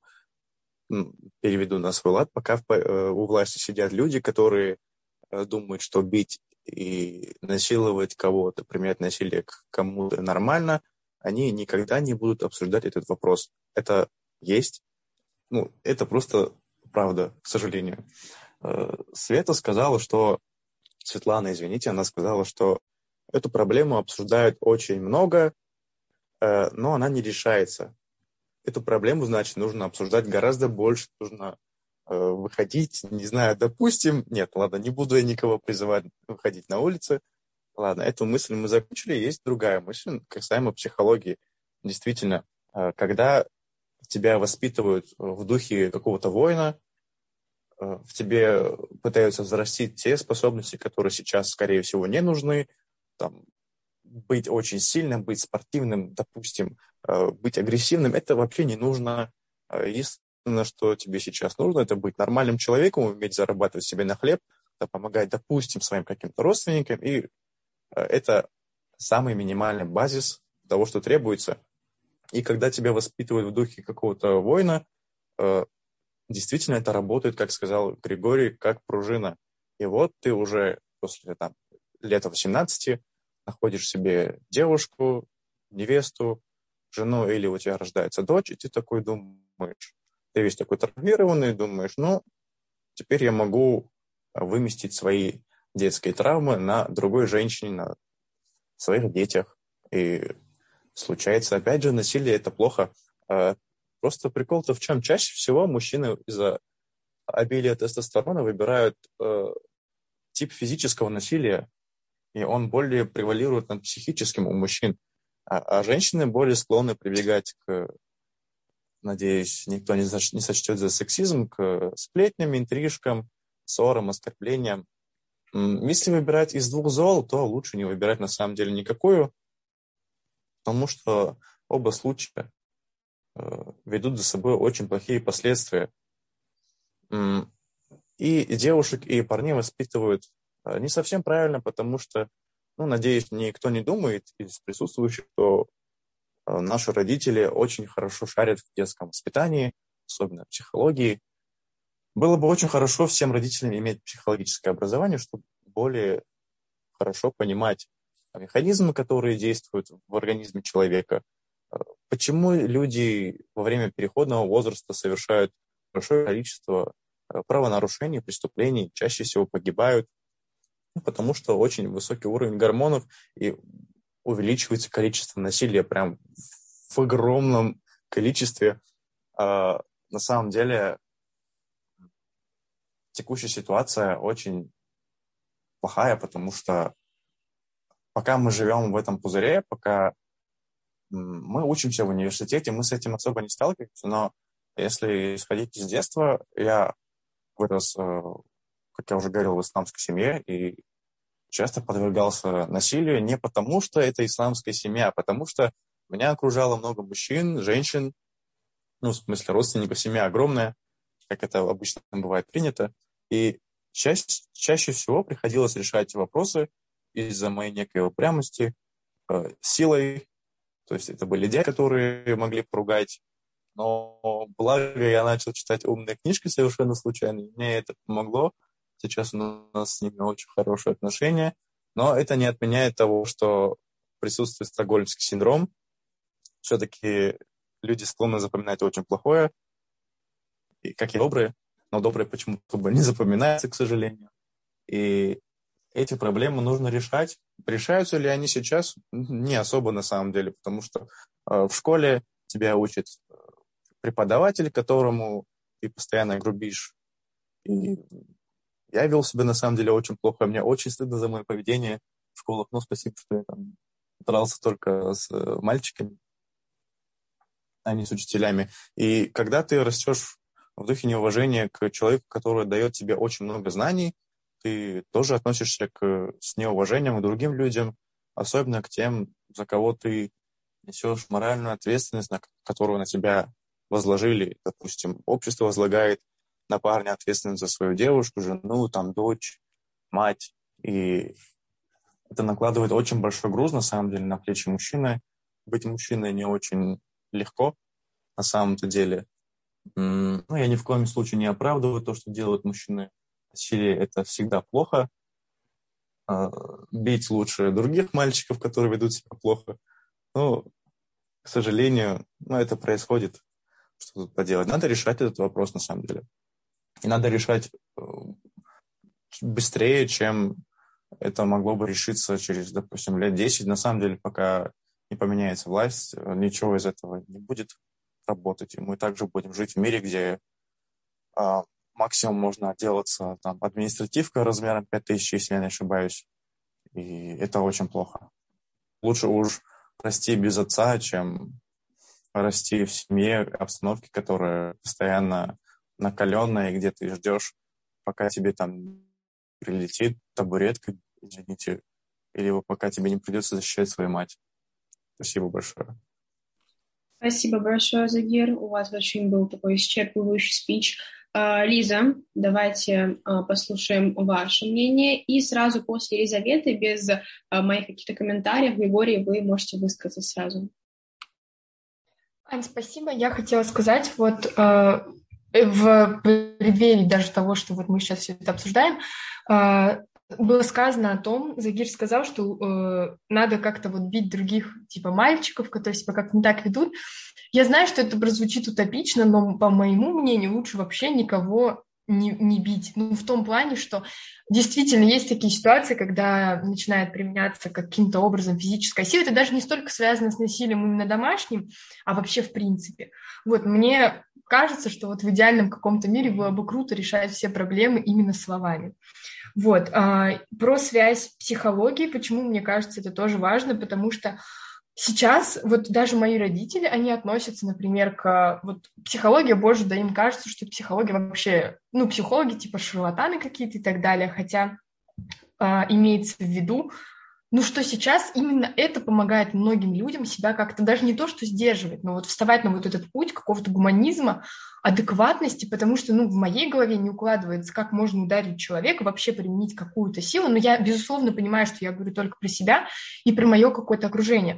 переведу на свой лад, пока у власти сидят люди, которые думают, что бить и насиловать кого-то, применять насилие к кому-то нормально, они никогда не будут обсуждать этот вопрос. Это есть. Ну, это просто правда, к сожалению. Света сказала, что... Светлана, извините, она сказала, что эту проблему обсуждают очень много, но она не решается. Эту проблему, значит, нужно обсуждать гораздо больше, нужно э, выходить, не знаю, допустим, нет, ладно, не буду я никого призывать выходить на улицы, ладно, эту мысль мы закончили, есть другая мысль, касаемо психологии. Действительно, э, когда тебя воспитывают в духе какого-то воина, э, в тебе пытаются взрастить те способности, которые сейчас, скорее всего, не нужны, там, быть очень сильным, быть спортивным, допустим, быть агрессивным, это вообще не нужно. Единственное, что тебе сейчас нужно, это быть нормальным человеком, уметь зарабатывать себе на хлеб, помогать, допустим, своим каким-то родственникам, и это самый минимальный базис того, что требуется. И когда тебя воспитывают в духе какого-то воина, действительно это работает, как сказал Григорий, как пружина. И вот ты уже после там, лет восемнадцати находишь себе девушку, невесту, жену, или у тебя рождается дочь, и ты такой думаешь, ты весь такой травмированный, думаешь, ну, теперь я могу выместить свои детские травмы на другой женщине, на своих детях. И случается, опять же, насилие, это плохо. Просто прикол-то в чем? Чаще всего мужчины из-за обилия тестостерона выбирают тип физического насилия, и он более превалирует над психическим у мужчин. А, а женщины более склонны прибегать к, надеюсь, никто не, зач, не сочтет за сексизм, к сплетням, интрижкам, ссорам, оскорблениям. Если выбирать из двух зол, то лучше не выбирать на самом деле никакую, потому что оба случая э, ведут за собой очень плохие последствия. И девушек, и парней воспитывают не совсем правильно, потому что, ну, надеюсь, никто не думает из присутствующих, что наши родители очень хорошо шарят в детском воспитании, особенно в психологии. Было бы очень хорошо всем родителям иметь психологическое образование, чтобы более хорошо понимать механизмы, которые действуют в организме человека, почему люди во время переходного возраста совершают большое количество правонарушений, преступлений, чаще всего погибают, потому что очень высокий уровень гормонов и увеличивается количество насилия прям в огромном количестве. А на самом деле текущая ситуация очень плохая, потому что пока мы живем в этом пузыре, пока мы учимся в университете, мы с этим особо не сталкиваемся, но если исходить из детства, я вырос, как я уже говорил, в исламской семье и часто подвергался насилию не потому, что это исламская семья, а потому что меня окружало много мужчин, женщин, ну, в смысле родственников, семья огромная, как это обычно бывает принято, и чаще, чаще всего приходилось решать вопросы из-за моей некой упрямости, э, силой, то есть это были дети, которые могли поругать, но благо я начал читать умные книжки совершенно случайно, и мне это помогло. Сейчас у нас с ними очень хорошие отношения, но это не отменяет того, что присутствует стокгольмский синдром. Все-таки люди склонны запоминать очень плохое, и, как и доброе, но доброе почему-то не запоминается, к сожалению. И эти проблемы нужно решать. Решаются ли они сейчас? Не особо на самом деле, потому что э, в школе тебя учат преподаватель, которому ты постоянно грубишь. И я вел себя, на самом деле, очень плохо. Мне очень стыдно за мое поведение в школах. Ну, спасибо, что я там дрался только с мальчиками, а не с учителями. И когда ты растешь в духе неуважения к человеку, который дает тебе очень много знаний, ты тоже относишься к, с неуважением к другим людям, особенно к тем, за кого ты несешь моральную ответственность, на которую на тебя возложили. Допустим, общество возлагает на парня ответственность за свою девушку, жену, там, дочь, мать. И это накладывает очень большой груз, на самом деле, на плечи мужчины. Быть мужчиной не очень легко, на самом-то деле. Ну, я ни в коем случае не оправдываю то, что делают мужчины. Насилие — это всегда плохо. Бить лучше других мальчиков, которые ведут себя плохо. Но, к сожалению, ну, это происходит. Что тут поделать? Надо решать этот вопрос, на самом деле. И надо решать быстрее, чем это могло бы решиться через, допустим, лет десять. На самом деле, пока не поменяется власть, ничего из этого не будет работать. И мы также будем жить в мире, где а, максимум можно отделаться там, административкой размером пять тысяч, если я не ошибаюсь. И это очень плохо. Лучше уж расти без отца, чем расти в семье, обстановке, которая постоянно накаленная, и где ты ждешь, пока тебе там прилетит табуретка, извините, или пока тебе не придется защищать свою мать. Спасибо большое. Спасибо большое, Загир. У вас очень был такой исчерпывающий спич. Лиза, давайте послушаем ваше мнение. И сразу после Елизаветы, без моих каких-то комментариев, Григорий, вы можете высказаться сразу. Ань, спасибо. Я хотела сказать, вот э, в преддверии даже того, что вот мы сейчас все это обсуждаем, э, было сказано о том, Загир сказал, что э, надо как-то вот бить других типа мальчиков, которые себя как-то не так ведут. Я знаю, что это прозвучит утопично, но по моему мнению лучше вообще никого не, не бить. Ну, в том плане, что действительно есть такие ситуации, когда начинает применяться каким-то образом физическая сила. Это даже не столько связано с насилием именно домашним, а вообще в принципе. Вот мне кажется, что вот в идеальном каком-то мире было бы круто решать все проблемы именно словами. Вот. А, про связь психологии, почему, мне кажется, это тоже важно, потому что сейчас вот даже мои родители, они относятся, например, к вот, психологии, боже, да им кажется, что психология вообще, ну, психологи типа шарлатаны какие-то и так далее, хотя э, имеется в виду, ну, что сейчас именно это помогает многим людям себя как-то даже не то, что сдерживать, но вот вставать на вот этот путь какого-то гуманизма, адекватности, потому что, ну, в моей голове не укладывается, как можно ударить человека, вообще применить какую-то силу, но я, безусловно, понимаю, что я говорю только про себя и про мое какое-то окружение.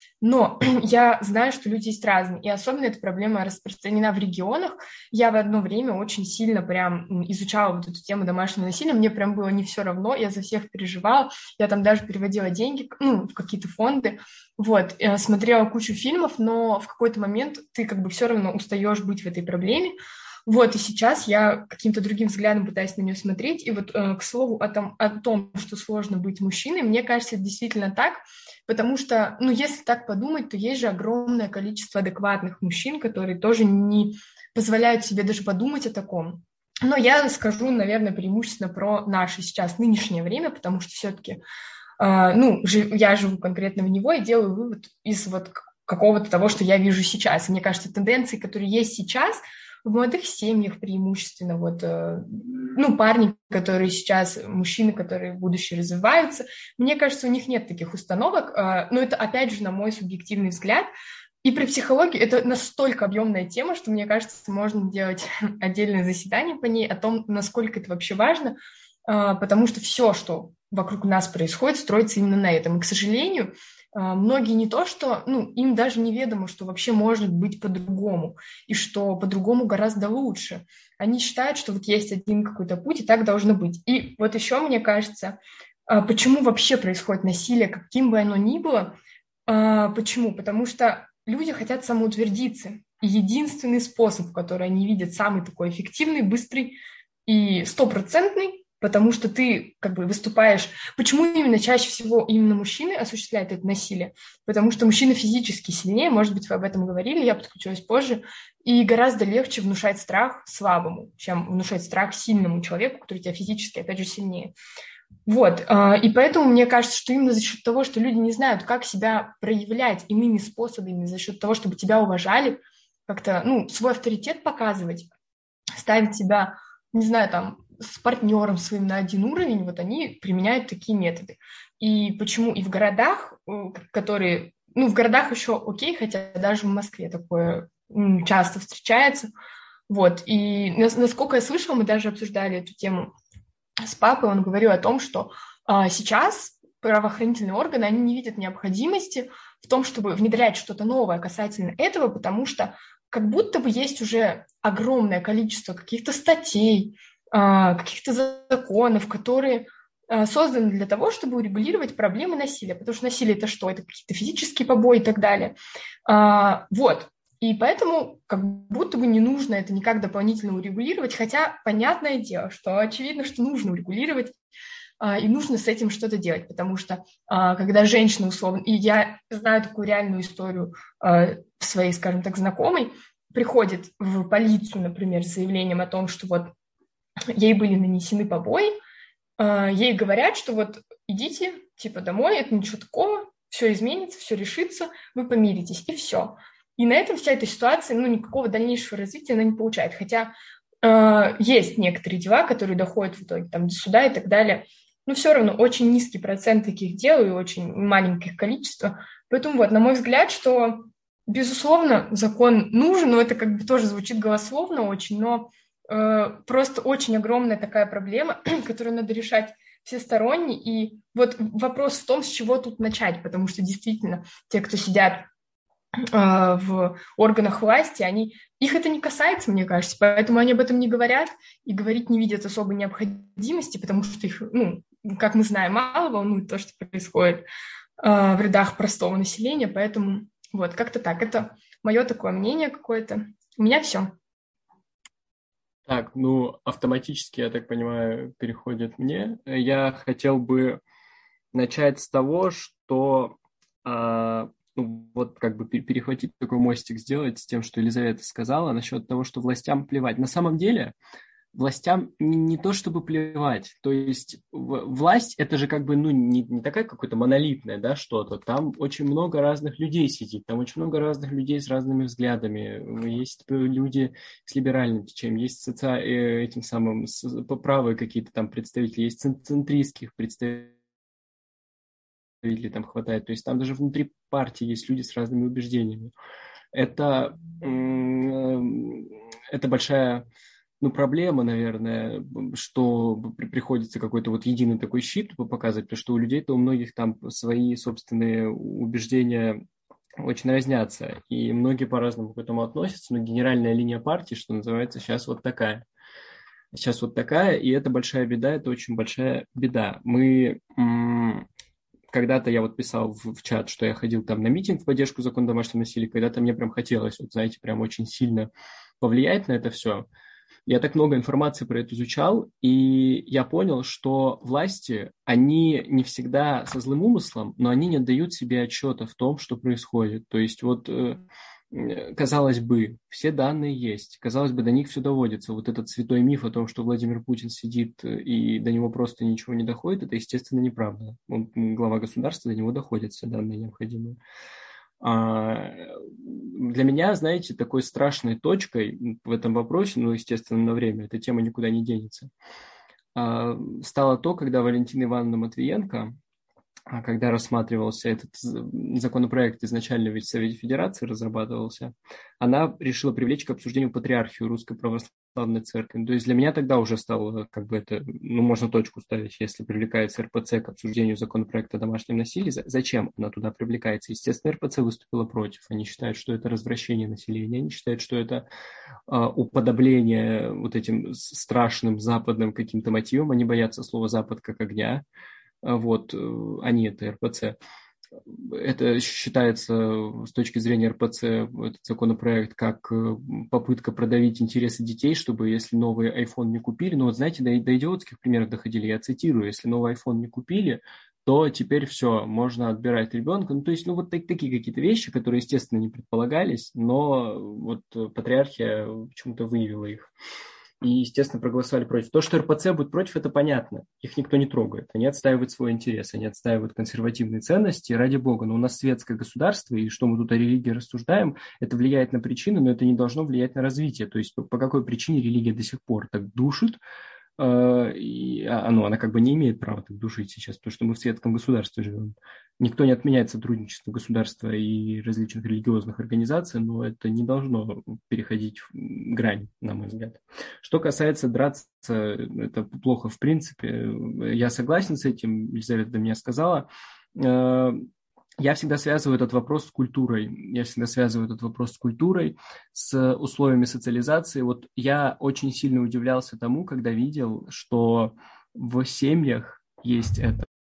Но я знаю, что люди есть разные, и особенно эта проблема распространена в регионах. Я в одно время очень сильно прям изучала вот эту тему домашнего насилия, мне прям было не все равно, я за всех переживала, я там даже переводила деньги, ну, в какие-то фонды, вот, смотрела кучу фильмов, но в какой-то момент ты как бы все равно устаешь быть в этой проблеме. Вот, и сейчас я каким-то другим взглядом пытаюсь на нее смотреть. И вот, э, к слову, о том, о том, что сложно быть мужчиной, мне кажется, это действительно так, потому что, ну, если так подумать, то есть же огромное количество адекватных мужчин, которые тоже не позволяют себе даже подумать о таком. Но я скажу, наверное, преимущественно про наше сейчас нынешнее время, потому что все-таки, э, ну, жив, я живу конкретно в него и делаю вывод из вот какого-то того, что я вижу сейчас. И мне кажется, тенденции, которые есть сейчас, в молодых семьях преимущественно, вот, ну, парни, которые сейчас, мужчины, которые в будущем развиваются, мне кажется, у них нет таких установок, но это, опять же, на мой субъективный взгляд. И при психологии это настолько объемная тема, что, мне кажется, можно делать отдельное заседание по ней, о том, насколько это вообще важно, потому что все, что вокруг нас происходит, строится именно на этом. И, к сожалению, многие не то, что, ну, им даже неведомо, что вообще может быть по-другому, и что по-другому гораздо лучше. Они считают, что вот есть один какой-то путь, и так должно быть. И вот еще, мне кажется, почему вообще происходит насилие, каким бы оно ни было, почему? Потому что люди хотят самоутвердиться, и единственный способ, который они видят, самый такой эффективный, быстрый и стопроцентный, потому что ты как бы выступаешь... Почему именно чаще всего именно мужчины осуществляют это насилие? Потому что мужчина физически сильнее, может быть, вы об этом говорили, я подключилась позже, и гораздо легче внушать страх слабому, чем внушать страх сильному человеку, который тебя физически, опять же, сильнее. Вот, и поэтому мне кажется, что именно за счет того, что люди не знают, как себя проявлять иными способами, за счет того, чтобы тебя уважали, как-то, ну, свой авторитет показывать, ставить себя, не знаю, там, с партнером своим на один уровень, вот они применяют такие методы. И почему и в городах, которые, ну, в городах еще окей, хотя даже в Москве такое часто встречается, вот, и насколько я слышала, мы даже обсуждали эту тему с папой, он говорил о том, что а, сейчас правоохранительные органы, они не видят необходимости в том, чтобы внедрять что-то новое касательно этого, потому что как будто бы есть уже огромное количество каких-то статей, а, каких-то законов, которые а, созданы для того, чтобы урегулировать проблемы насилия, потому что насилие – это что? Это какие-то физические побои и так далее. А, вот. И поэтому как будто бы не нужно это никак дополнительно урегулировать, хотя понятное дело, что очевидно, что нужно урегулировать, а, и нужно с этим что-то делать, потому что а, когда женщина условно, и я знаю такую реальную историю а, своей, скажем так, знакомой, приходит в полицию, например, с заявлением о том, что вот ей были нанесены побои, а, ей говорят, что вот идите типа домой, это ничего такого, все изменится, все решится, вы помиритесь, и все. И на этом вся эта ситуация, ну, никакого дальнейшего развития она не получает. Хотя э, есть некоторые дела, которые доходят в итоге там, до суда и так далее. Но все равно очень низкий процент таких дел и очень маленьких количество. Поэтому вот, на мой взгляд, что, безусловно, закон нужен, но это как бы тоже звучит голословно очень, но э, просто очень огромная такая проблема, которую надо решать всесторонне. И вот вопрос в том, с чего тут начать, потому что действительно те, кто сидят в органах власти, они, их это не касается, мне кажется, поэтому они об этом не говорят и говорить не видят особой необходимости, потому что их, ну, как мы знаем, мало волнует то, что происходит в рядах простого населения, поэтому вот, как-то так, это мое такое мнение какое-то. У меня все. Так, ну, автоматически, я так понимаю, переходит мне. Я хотел бы начать с того, что ну, вот как бы перехватить такой мостик, сделать с тем, что Елизавета сказала насчет того, что властям плевать. На самом деле властям не, не то чтобы плевать, то есть власть это же как бы ну, не, не такая какая-то монолитная, да, что-то. Там очень много разных людей сидит, там очень много разных людей с разными взглядами. Есть люди с либеральным течением, есть соци... этим самым правые какие-то там представители, есть центристских представителей, или там хватает. То есть там даже внутри партии есть люди с разными убеждениями. Это, это большая ну, проблема, наверное, что приходится какой-то вот единый такой щит показывать, потому что у людей-то у многих там свои собственные убеждения очень разнятся, и многие по-разному к этому относятся, но генеральная линия партии, что называется, сейчас вот такая. Сейчас вот такая, и это большая беда, это очень большая беда. Мы... Когда-то я вот писал в, в чат, что я ходил там на митинг в поддержку закона о домашнем насилии, когда-то мне прям хотелось, вот знаете, прям очень сильно повлиять на это все. Я так много информации про это изучал, и я понял, что власти, они не всегда со злым умыслом, но они не отдают себе отчета в том, что происходит. То есть вот... Казалось бы, все данные есть, казалось бы, до них все доводится. Вот этот святой миф о том, что Владимир Путин сидит и до него просто ничего не доходит, это, естественно, неправда. Он глава государства, до него доходят все данные необходимые. А для меня, знаете, такой страшной точкой в этом вопросе, ну, естественно, на время, эта тема никуда не денется, стало то, когда Валентина Ивановна Матвиенко, когда рассматривался этот законопроект, изначально ведь в Совете Федерации разрабатывался, она решила привлечь к обсуждению патриархию Русской Православной Церкви. То есть для меня тогда уже стало, как бы это, ну, можно точку ставить, если привлекается эр пэ цэ к обсуждению законопроекта о домашнем насилии. Зачем она туда привлекается? Естественно, эр пэ цэ выступила против. Они считают, что это развращение населения, они считают, что это а, уподобление вот этим страшным западным каким-то мотивам, они боятся слова «запад» как огня. Вот, они это эр пэ цэ. это считается с точки зрения эр пэ цэ, этот законопроект, как попытка продавить интересы детей, чтобы если новый iPhone не купили, ну вот знаете, до, до идиотских примеров доходили, я цитирую, если новый iPhone не купили, то теперь все, можно отбирать ребенка. Ну, то есть, ну, вот так, такие какие-то вещи, которые, естественно, не предполагались, но вот патриархия почему-то выявила их. И, естественно, проголосовали против. То, что эр пэ цэ будет против, это понятно. Их никто не трогает. Они отстаивают свой интерес, они отстаивают консервативные ценности. Ради бога, но у нас светское государство, и что мы тут о религии рассуждаем, это влияет на причины, но это не должно влиять на развитие. То есть по какой причине религия до сих пор так душит, и, а, ну, она как бы не имеет права так душить сейчас, потому что мы в светском государстве живем. Никто не отменяет сотрудничество государства и различных религиозных организаций, но это не должно переходить грань, на мой взгляд. Что касается драться, это плохо в принципе. Я согласен с этим, Елизавета до меня сказала. Я всегда связываю этот вопрос с культурой. Я всегда связываю этот вопрос с культурой, с условиями социализации. Вот я очень сильно удивлялся тому, когда видел, что в семьях есть это.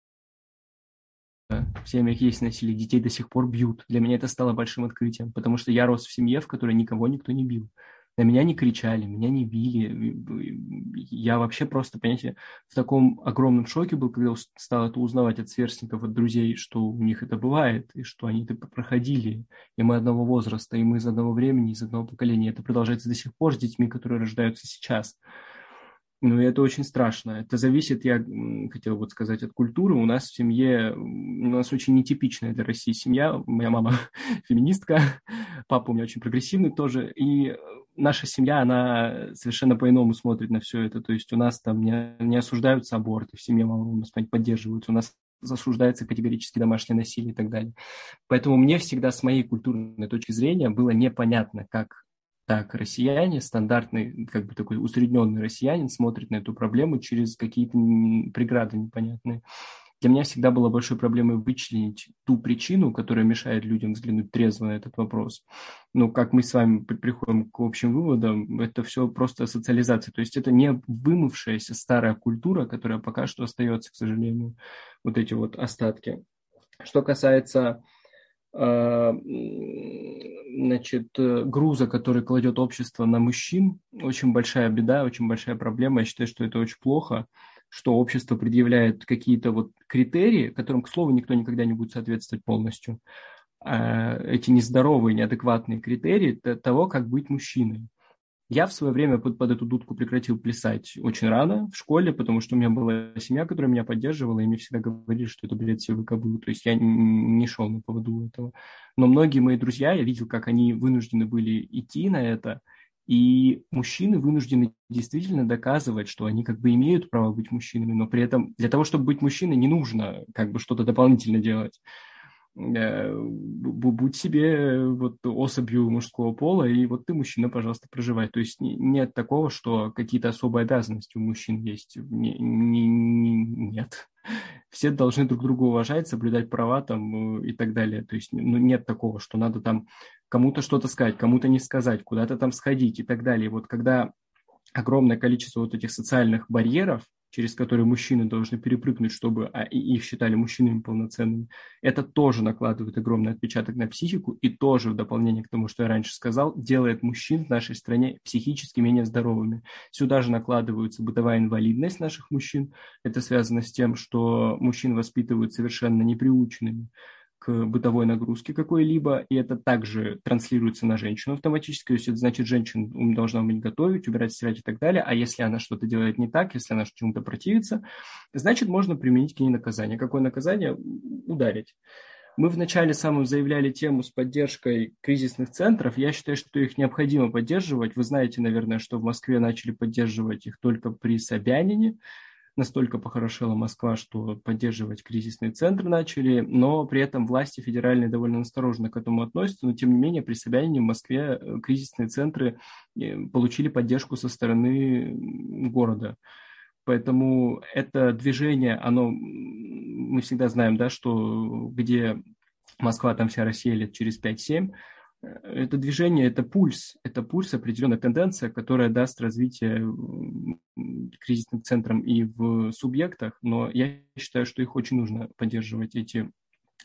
В семьях есть насилие, детей до сих пор бьют. Для меня это стало большим открытием, потому что я рос в семье, в которой никого никто не бил. На меня не кричали, меня не били. Я вообще просто, понимаете, в таком огромном шоке был, когда стал это узнавать от сверстников, от друзей, что у них это бывает, и что они это проходили. И мы одного возраста, и мы из одного времени, из одного поколения. Это продолжается до сих пор с детьми, которые рождаются сейчас. Ну, и это очень страшно. Это зависит, я хотел вот сказать, от культуры. У нас в семье, у нас очень нетипичная для России семья. Моя мама феминистка, папа у меня очень прогрессивный тоже. И наша семья, она совершенно по-иному смотрит на все это. То есть у нас там не, не осуждаются аборты, в семье мама у нас поддерживаются. У нас осуждается категорически домашнее насилие и так далее. Поэтому мне всегда с моей культурной точки зрения было непонятно, как так россияне, стандартный, как бы такой усредненный россиянин смотрит на эту проблему через какие-то преграды непонятные. Для меня всегда была большой проблемой вычленить ту причину, которая мешает людям взглянуть трезво на этот вопрос. Но как мы с вами приходим к общим выводам, это все просто социализация. То есть это не вымывшаяся старая культура, которая пока что остается, к сожалению, вот эти вот остатки. Что касается значит, груза, который кладет общество на мужчин, очень большая беда, очень большая проблема. Я считаю, что это очень плохо, что общество предъявляет какие-то вот критерии, которым, к слову, никто никогда не будет соответствовать полностью. Эти нездоровые, неадекватные критерии того, как быть мужчиной. Я в свое время под, под эту дудку прекратил плясать очень рано в школе, потому что у меня была семья, которая меня поддерживала, и мне всегда говорили, что это, блядь, сивый кобыл. То есть я не шел на поводу этого. Но многие мои друзья, я видел, как они вынуждены были идти на это, и мужчины вынуждены действительно доказывать, что они как бы имеют право быть мужчинами, но при этом для того, чтобы быть мужчиной, не нужно как бы что-то дополнительно делать. Будь себе вот особью мужского пола, и вот ты мужчина, пожалуйста, проживай. То есть нет такого, что какие-то особые обязанности у мужчин есть. Не, не, не, нет. Все должны друг друга уважать, соблюдать права там и так далее. То есть ну, нет такого, что надо там кому-то что-то сказать, кому-то не сказать, куда-то там сходить и так далее. Вот когда огромное количество вот этих социальных барьеров, через которые мужчины должны перепрыгнуть, чтобы а, и их считали мужчинами полноценными, это тоже накладывает огромный отпечаток на психику и тоже в дополнение к тому, что я раньше сказал, делает мужчин в нашей стране психически менее здоровыми. Сюда же накладывается бытовая инвалидность наших мужчин. Это связано с тем, что мужчин воспитывают совершенно неприученными к бытовой нагрузке какой-либо, и это также транслируется на женщину автоматически, то есть это значит, женщина должна уметь готовить, убирать, стирать и так далее, а если она что-то делает не так, если она чему-то противится, значит, можно применить к ней наказание. Какое наказание? Ударить. Мы вначале самым заявляли тему с поддержкой кризисных центров. Я считаю, что их необходимо поддерживать. Вы знаете, наверное, что в Москве начали поддерживать их только при Собянине. Настолько похорошела Москва, что поддерживать кризисные центры начали, но при этом власти федеральные довольно осторожно к этому относятся, но тем не менее при Собянине в Москве кризисные центры получили поддержку со стороны города. Поэтому это движение, оно, мы всегда знаем, да, что где Москва, там вся Россия лет через пять-семь, это движение, это пульс, это пульс, определенная тенденция, которая даст развитие кризисным центрам и в субъектах, но я считаю, что их очень нужно поддерживать, эти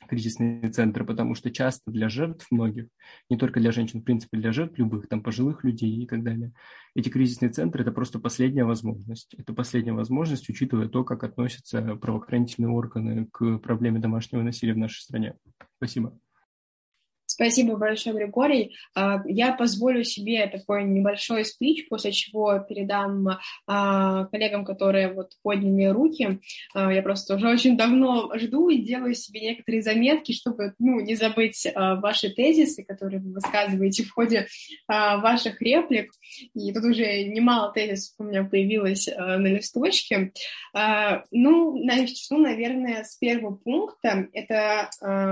кризисные центры, потому что часто для жертв многих, не только для женщин, в принципе, для жертв любых, там, пожилых людей и так далее, эти кризисные центры – это просто последняя возможность. Это последняя возможность, учитывая то, как относятся правоохранительные органы к проблеме домашнего насилия в нашей стране. Спасибо. Спасибо большое, Григорий. Я позволю себе такой небольшой спич, после чего передам коллегам, которые вот подняли руки. Я просто уже очень давно жду и делаю себе некоторые заметки, чтобы ну, не забыть ваши тезисы, которые вы высказываете в ходе ваших реплик. И тут уже немало тезисов у меня появилось на листочке. Ну, начну, наверное, с первого пункта. Это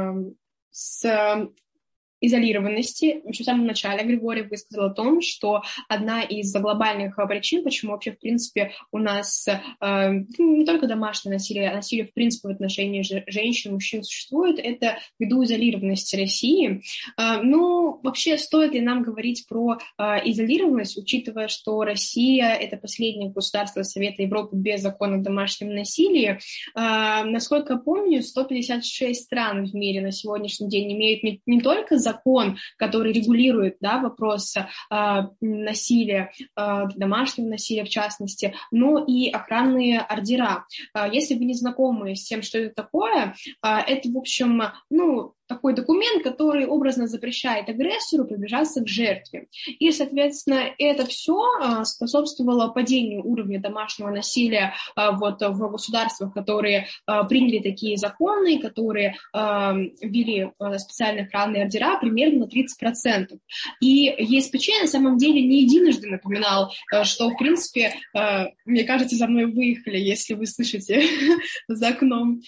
с изолированности. Еще в самом начале Григорий высказал о том, что одна из глобальных причин, почему вообще, в принципе, у нас э, не только домашнее насилие, а насилие, в принципе, в отношении женщин, мужчин существует, это ввиду изолированности России. Э, ну, вообще, стоит ли нам говорить про э, изолированность, учитывая, что Россия — это последнее государство Совета Европы без закона о домашнем насилии? Э, насколько я помню, сто пятьдесят шесть стран в мире на сегодняшний день имеют не, не только закон, который регулирует да, вопрос э, насилия, э, домашнего насилия в частности, но и охранные ордера. Э, если вы не знакомы с тем, что это такое, э, это, в общем, ну, такой документ, который образно запрещает агрессору приближаться к жертве. И, соответственно, это все способствовало падению уровня домашнего насилия вот, в государствах, которые приняли такие законы, которые ввели специальные охранные ордера примерно на тридцать процентов. И ЕСПЧ на самом деле не единожды напоминал, что, в принципе, мне кажется, за мной выехали, если вы слышите за окном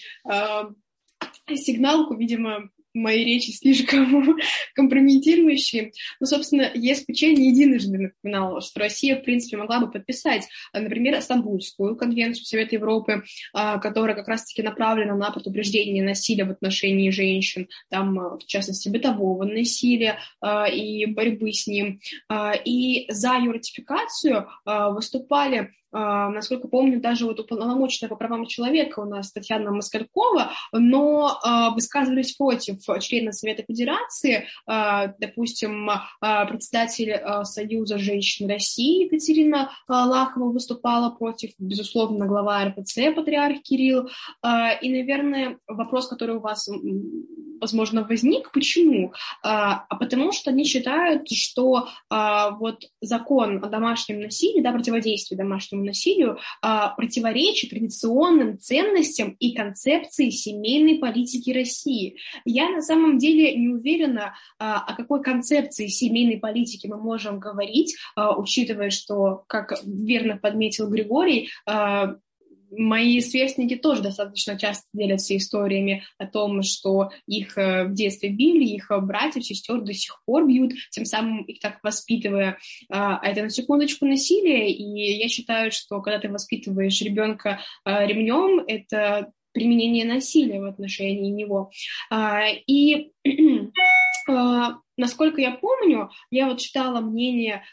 сигналку, видимо, мои речи слишком компрометирующие. Но, собственно, ЕСПЧ не единожды напоминал, что Россия, в принципе, могла бы подписать, например, Стамбульскую конвенцию Совета Европы, которая как раз-таки направлена на предупреждение насилия в отношении женщин, там, в частности, бытового насилия и борьбы с ним. И за ее ратификацию выступали, насколько помню, даже вот уполномоченная по правам человека у нас Татьяна Москалькова, но высказывались против члена Совета Федерации, допустим, председатель Союза женщин России Екатерина Лахова выступала против, безусловно, глава эр пэ цэ патриарх Кирилл. И, наверное, вопрос, который у вас, возможно, возник, почему? А потому что они считают, что вот закон о домашнем насилии, да, противодействии домашнему насилию противоречит традиционным ценностям и концепции семейной политики России. Я на самом деле не уверена, о какой концепции семейной политики мы можем говорить, учитывая, что, как верно подметил Григорий, мои сверстники тоже достаточно часто делятся историями о том, что их в детстве били, их братьев, сестер до сих пор бьют, тем самым их так воспитывая. А это, на секундочку, насилие, и я считаю, что когда ты воспитываешь ребенка ремнем, это применение насилия в отношении него. И насколько я помню, я вот читала мнение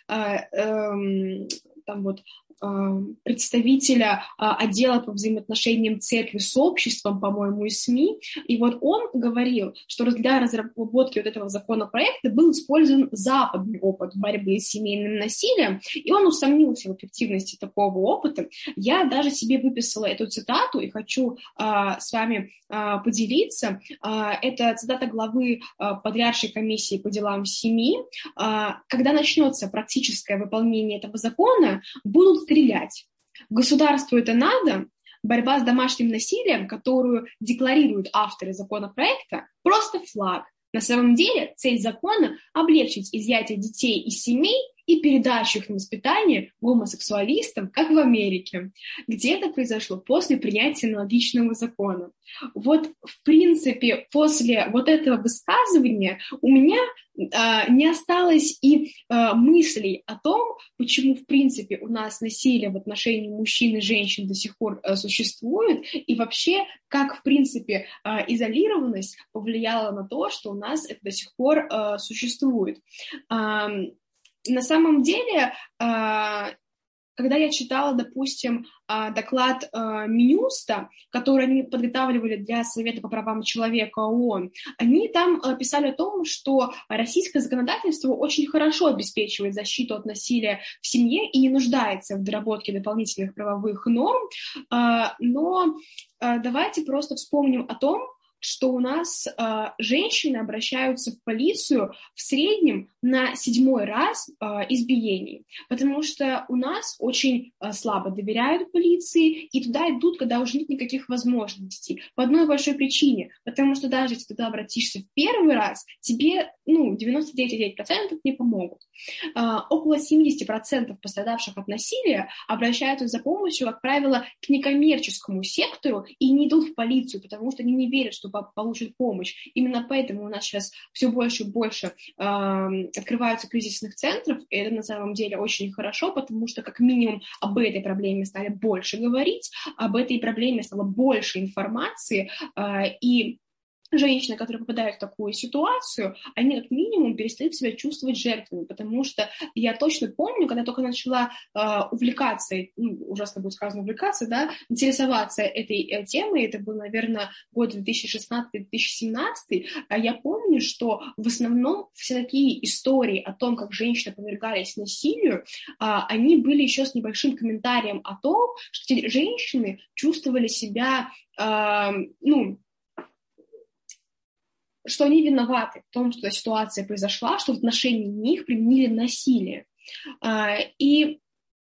там вот представителя отдела по взаимоотношениям церкви с обществом, по-моему, и СМИ, и вот он говорил, что для разработки вот этого законопроекта был использован западный опыт борьбы с семейным насилием, и он усомнился в эффективности такого опыта. Я даже себе выписала эту цитату и хочу а, с вами а, поделиться. А, это цитата главы а, Патриаршей комиссии по делам семьи. А, когда начнется практическое выполнение этого закона, будут стрелять. Государству это надо. Борьба с домашним насилием, которую декларируют авторы законопроекта, просто флаг. На самом деле цель закона – облегчить изъятие детей из семей и передачу их на воспитание гомосексуалистам, как в Америке, где это произошло после принятия аналогичного закона. Вот, в принципе, после вот этого высказывания у меня э, не осталось и э, мыслей о том, почему, в принципе, у нас насилие в отношении мужчин и женщин до сих пор э, существует, и вообще, как, в принципе, э, изолированность повлияла на то, что у нас это до сих пор э, существует. Э, На самом деле, когда я читала, допустим, доклад Минюста, который они подготавливали для Совета по правам человека ООН, они там писали о том, что российское законодательство очень хорошо обеспечивает защиту от насилия в семье и не нуждается в доработке дополнительных правовых норм, но давайте просто вспомним о том, что у нас э, женщины обращаются в полицию в среднем на седьмой раз э, избиений, потому что у нас очень э, слабо доверяют полиции и туда идут, когда уже нет никаких возможностей. По одной большой причине, потому что даже если ты туда обратишься в первый раз, тебе ну, девяносто девять целых девять десятых процента не помогут. Э, около семьдесят процентов пострадавших от насилия обращаются за помощью, как правило, к некоммерческому сектору и не идут в полицию, потому что они не верят, что получат помощь. Именно поэтому у нас сейчас все больше и больше э, открываются кризисных центров, и это на самом деле очень хорошо, потому что как минимум об этой проблеме стали больше говорить, об этой проблеме стало больше информации, э, и женщины, которые попадают в такую ситуацию, они как минимум перестают себя чувствовать жертвами, потому что я точно помню, когда только начала э, увлекаться, ну, ужасно будет сказано увлекаться, да, интересоваться этой э, темой, это был, наверное, год две тысячи шестнадцатый — две тысячи семнадцатый, э, я помню, что в основном все такие истории о том, как женщины подвергались насилию, э, они были еще с небольшим комментарием о том, что эти женщины чувствовали себя, э, ну, что они виноваты в том, что эта ситуация произошла, что в отношении них применили насилие. И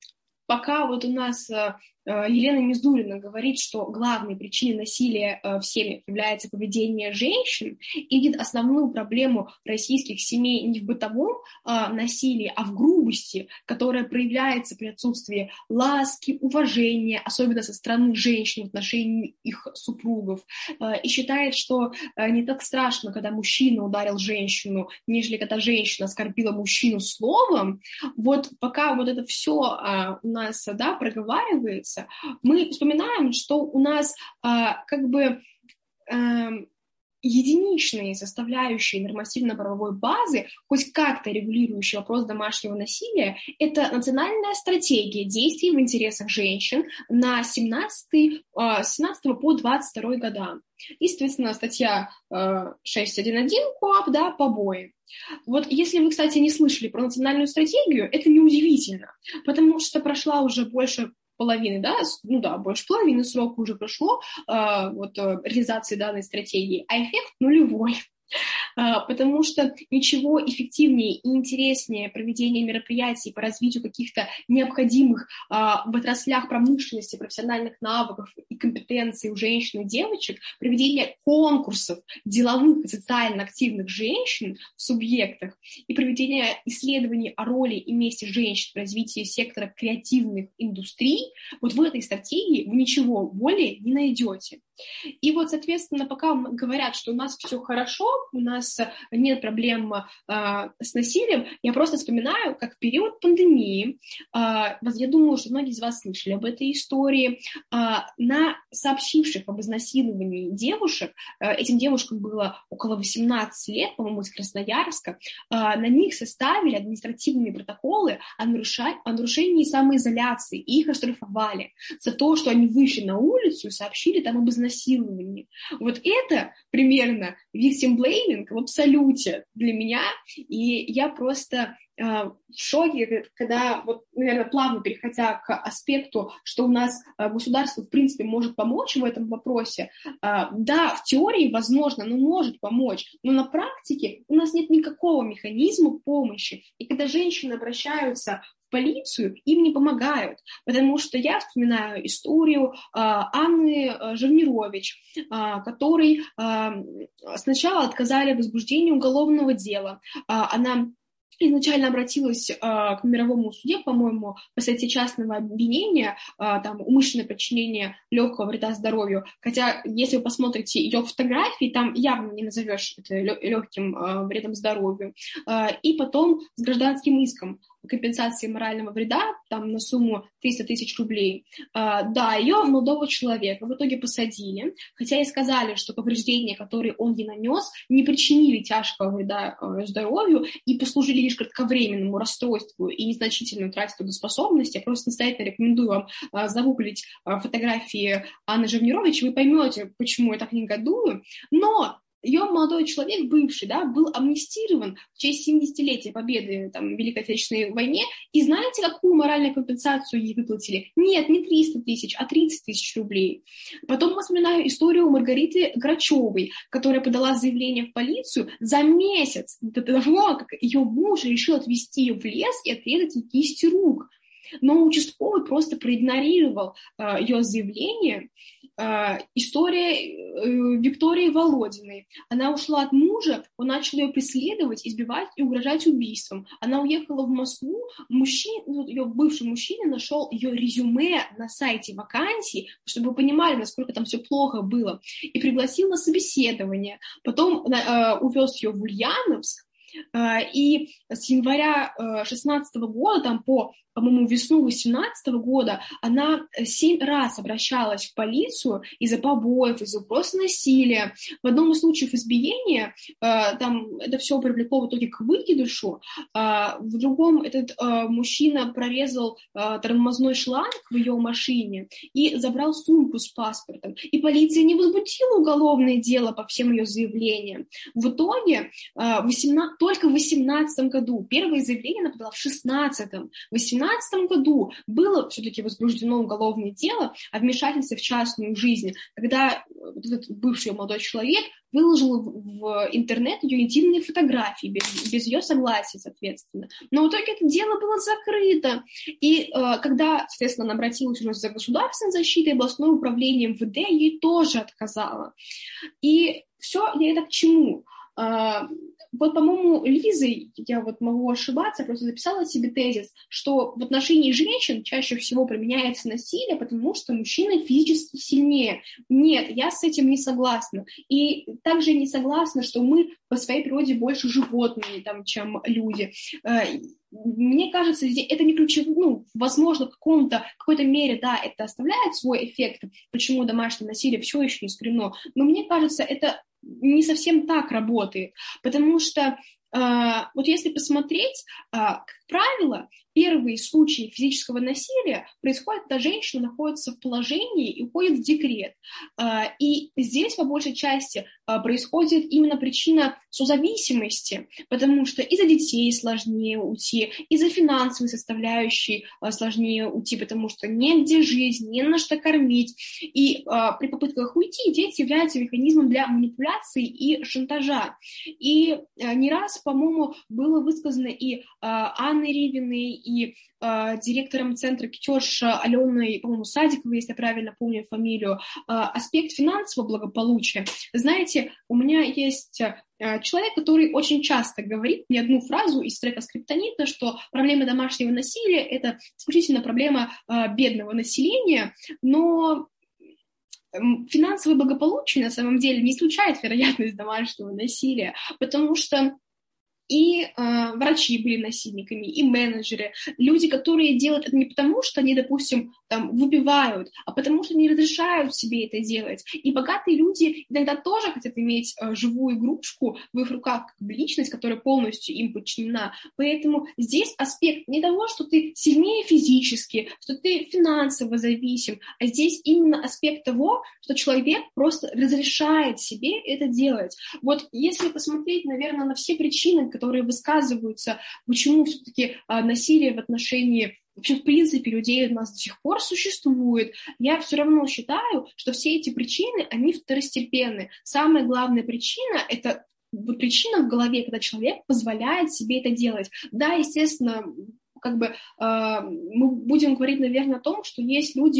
пока вот у нас Елена Мизулина говорит, что главной причиной насилия в семьях является поведение женщин, и видит основную проблему российских семей не в бытовом насилии, а в грубости, которая проявляется при отсутствии ласки, уважения, особенно со стороны женщин в отношении их супругов, и считает, что не так страшно, когда мужчина ударил женщину, нежели когда женщина оскорбила мужчину словом. Вот пока вот это все у нас, да, проговаривается, мы вспоминаем, что у нас а, как бы а, единичные составляющие нормативно-правовой базы, хоть как-то регулирующие вопрос домашнего насилия, это национальная стратегия действий в интересах женщин на семнадцатый, с семнадцатого по двадцать второй года. И, соответственно, статья шесть один один КоАП, да, побои. Вот если вы, кстати, не слышали про национальную стратегию, это неудивительно, потому что прошла уже больше половины, да, ну да, больше половины срока уже прошло э, вот, реализации данной стратегии, а эффект нулевой. Потому что ничего эффективнее и интереснее проведения мероприятий по развитию каких-то необходимых в отраслях промышленности, профессиональных навыков и компетенций у женщин и девочек, проведение конкурсов деловых и социально активных женщин в субъектах и проведение исследований о роли и месте женщин в развитии сектора креативных индустрий, вот в этой стратегии вы ничего более не найдете. И вот, соответственно, пока говорят, что у нас все хорошо, у нас нет проблем э, с насилием, я просто вспоминаю, как в период пандемии, э, я думаю, что многие из вас слышали об этой истории, э, на сообщивших об изнасиловании девушек, э, этим девушкам было около восемнадцати лет, по-моему, из Красноярска, э, на них составили административные протоколы о, наруша... о нарушении самоизоляции, и их оштрафовали за то, что они вышли на улицу и сообщили там об изнасиловании. Насиловании. Вот это примерно victim blaming в абсолюте для меня, и я просто э, в шоке, когда, вот, наверное, плавно переходя к аспекту, что у нас э, государство, в принципе, может помочь в этом вопросе, э, да, в теории, возможно, оно может помочь, но на практике у нас нет никакого механизма помощи, и когда женщины обращаются в полицию, им не помогают, потому что я вспоминаю историю э, Анны Живнирович, э, которой э, сначала отказали в возбуждении уголовного дела. Э, она изначально обратилась э, к мировому суде, по-моему, по статье частного обвинения, э, там, умышленное причинение легкого вреда здоровью, хотя, если вы посмотрите ее фотографии, там явно не назовешь это легким э, вредом здоровью, э, и потом с гражданским иском компенсации морального вреда, там, на сумму триста тысяч рублей. Да, ее молодого человека в итоге посадили, хотя и сказали, что повреждения, которые он ей нанес, не причинили тяжкого вреда здоровью и послужили лишь кратковременному расстройству и незначительной утрате трудоспособности. Я просто настоятельно рекомендую вам загуглить фотографии Анны Живнирович, вы поймете, почему я так негодую. Но ее молодой человек, бывший, да, был амнистирован в честь семидесятилетия победы там, в Великой Отечественной войне. И знаете, какую моральную компенсацию ей выплатили? Нет, не триста тысяч, а тридцать тысяч рублей. Потом я вспоминаю историю Маргариты Грачевой, которая подала заявление в полицию за месяц до того, как ее муж решил отвезти ее в лес и отрезать ей кисти рук. Но участковый просто проигнорировал э, ее заявление. Э, история э, Виктории Володиной. Она ушла от мужа, он начал ее преследовать, избивать и угрожать убийством. Она уехала в Москву, мужчина, ее бывший мужчина нашел ее резюме на сайте вакансий, чтобы вы понимали, насколько там все плохо было, и пригласил на собеседование. Потом э, увез ее в Ульяновск, э, и с января шестнадцатого года там по по-моему, весну восемнадцатого года она семь раз обращалась в полицию из-за побоев, из-за угроз насилия. В одном из случаев избиения э, там это все привлекло в итоге к выкидышу. Э, в другом этот э, мужчина прорезал э, тормозной шланг в ее машине и забрал сумку с паспортом. И полиция не возбудила уголовное дело по всем ее заявлениям. В итоге э, восемнадцать, только в восемнадцатом году, первое заявление она подала в шестнадцатом, в восемнадцатом В две тысячи семнадцатом году было все-таки возбуждено уголовное дело о вмешательстве в частную жизнь, когда этот бывший молодой человек выложил в интернет ее интимные фотографии без, без ее согласия, соответственно. Но в итоге это дело было закрыто. И э, когда, соответственно, она обратилась уже за государственной защитой, областное управление эм вэ дэ ей тоже отказало. И все, я это к чему? Uh, вот, по-моему, Лиза, я вот могу ошибаться, просто записала себе тезис, что в отношении женщин чаще всего применяется насилие, потому что мужчина физически сильнее. Нет, я с этим не согласна. И также не согласна, что мы по своей природе больше животные, там, чем люди. Uh, Мне кажется, это не ключевое, ну, возможно, в каком-то, какой-то мере, да, это оставляет свой эффект, почему домашнее насилие все еще не искоренено, но мне кажется, это не совсем так работает, потому что э, вот если посмотреть, э, как правило, первые случаи физического насилия происходят, когда женщина находится в положении и уходит в декрет. И здесь, по большей части, происходит именно причина созависимости, потому что из-за детей сложнее уйти, из-за финансовой составляющей сложнее уйти, потому что негде жить, не на что кормить. И при попытках уйти дети являются механизмом для манипуляции и шантажа. И не раз, по-моему, было высказано и Анной Ревиной, и э, директором центра «Китеж» Аленой, по-моему, Садиковой, если я правильно помню фамилию, э, аспект финансового благополучия. Знаете, у меня есть э, человек, который очень часто говорит мне одну фразу из трека «Скриптонита», что проблема домашнего насилия – это исключительно проблема э, бедного населения, но финансовое благополучие на самом деле не исключает вероятность домашнего насилия, потому что и э, врачи были насильниками, и менеджеры, люди, которые делают это не потому, что они, допустим, там, выпивают, а потому что не разрешают себе это делать. И богатые люди иногда тоже хотят иметь э, живую игрушку в их руках, как бы личность, которая полностью им подчинена. Поэтому здесь аспект не того, что ты сильнее физически, что ты финансово зависим, а здесь именно аспект того, что человек просто разрешает себе это делать. Вот если посмотреть, наверное, на все причины, которые высказываются, почему все-таки а, насилие в отношении, вообще, в принципе, людей у нас до сих пор существует, я все равно считаю, что все эти причины, они второстепенны. Самая главная причина – это причина в голове, когда человек позволяет себе это делать. Да, естественно, как бы э, мы будем говорить, наверное, о том, что есть люди,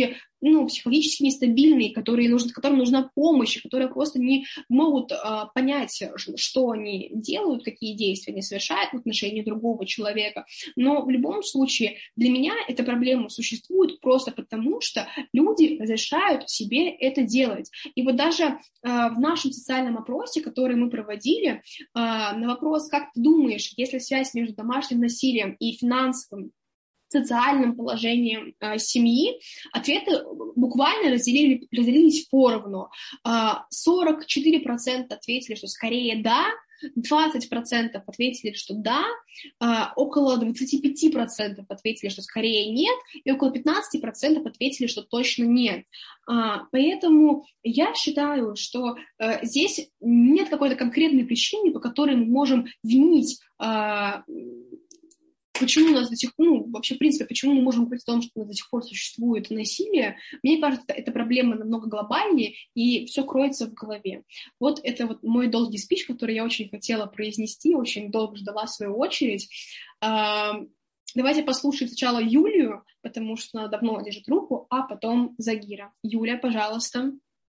ну, психологически нестабильные, которые нужны, которым нужна помощь, которые просто не могут а, понять, что они делают, какие действия они совершают в отношении другого человека. Но в любом случае для меня эта проблема существует просто потому, что люди разрешают себе это делать. И вот даже а, в нашем социальном опросе, который мы проводили, а, на вопрос, как ты думаешь, есть ли связь между домашним насилием и финансовым, социальным положением э, семьи, ответы буквально разделили, разделились поровну. сорок четыре процента ответили, что скорее да, двадцать процентов ответили, что да, э, около двадцать пять процентов ответили, что скорее нет, и около пятнадцать процентов ответили, что точно нет. Uh, поэтому я считаю, что uh, здесь нет какой-то конкретной причины, по которой мы можем винить uh, почему у нас до сих пор, ну, вообще, в принципе, почему мы можем говорить о том, что у нас до сих пор существует насилие, мне кажется, эта проблема намного глобальнее, и все кроется в голове. Вот это вот мой долгий спич, который я очень хотела произнести, очень долго ждала свою очередь. Давайте послушаем сначала Юлию, потому что она давно держит руку, а потом Загира. Юля, пожалуйста.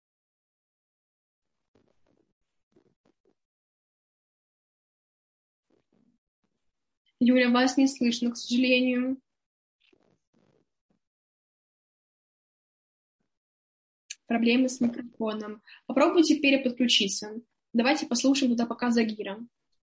Юля, вас не слышно, к сожалению. Проблемы с микрофоном. Попробуйте переподключиться. Давайте послушаем туда пока Загира.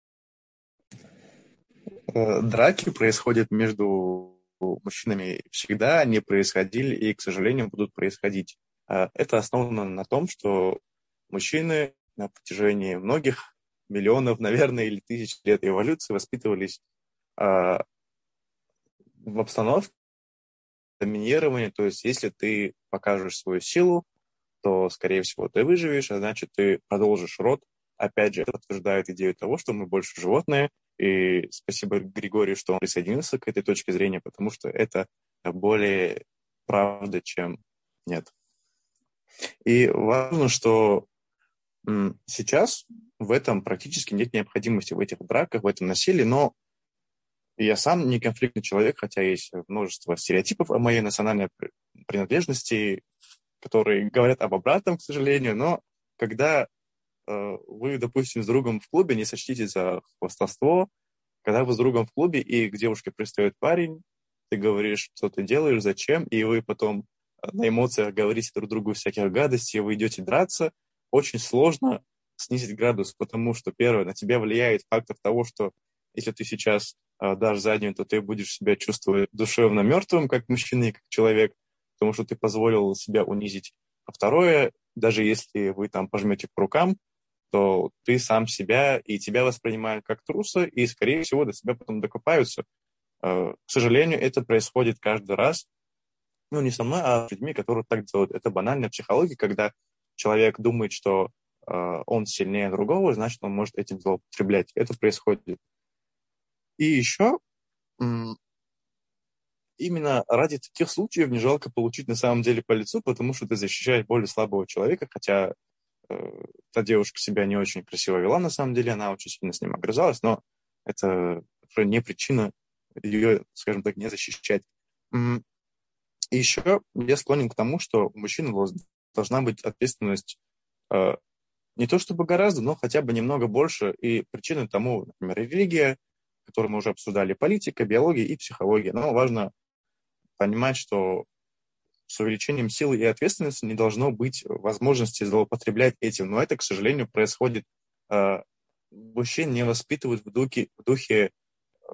Драки происходят между мужчинами всегда, не происходили и, к сожалению, будут происходить. Это основано на том, что мужчины на протяжении многих миллионов, наверное, или тысяч лет эволюции воспитывались в обстановке доминирования, то есть если ты покажешь свою силу, то, скорее всего, ты выживешь, а значит, ты продолжишь род. Опять же, это подтверждает идею того, что мы больше животные, и спасибо Григорию, что он присоединился к этой точке зрения, потому что это более правда, чем нет. И важно, что сейчас в этом практически нет необходимости, в этих драках, в этом насилии, но я сам не конфликтный человек, хотя есть множество стереотипов о моей национальной принадлежности, которые говорят об обратном, к сожалению, но когда э, вы, допустим, с другом в клубе, не сочтите за хвастовство, когда вы с другом в клубе, и к девушке пристает парень, ты говоришь, что ты делаешь, зачем, и вы потом на эмоциях говорите друг другу всяких гадостей, вы идете драться, очень сложно снизить градус, потому что, первое, на тебя влияет фактор того, что если ты сейчас э, дашь заднюю, то ты будешь себя чувствовать душевно мертвым, как мужчина и как человек, потому что ты позволил себя унизить. А второе, даже если вы там пожмете по рукам, то ты сам себя и тебя воспринимают как труса, и, скорее всего, до себя потом докопаются. Э, к сожалению, это происходит каждый раз. Ну, не со мной, а с людьми, которые так делают. Это банальная психология, когда человек думает, что э, он сильнее другого, значит, он может этим злоупотреблять. Это происходит. И еще именно ради таких случаев не жалко получить на самом деле по лицу, потому что ты защищаешь более слабого человека, хотя э, та девушка себя не очень красиво вела, на самом деле, она очень сильно с ним огрызалась, но это уже не причина ее, скажем так, не защищать. И еще я склонен к тому, что у мужчины должна быть ответственность э, не то чтобы гораздо, но хотя бы немного больше, и причиной тому, например, религия, которую мы уже обсуждали, политика, биология и психология. Но важно понимать, что с увеличением силы и ответственности не должно быть возможности злоупотреблять этим. Но это, к сожалению, происходит. Э, мужчин не воспитывают в духе, в духе э,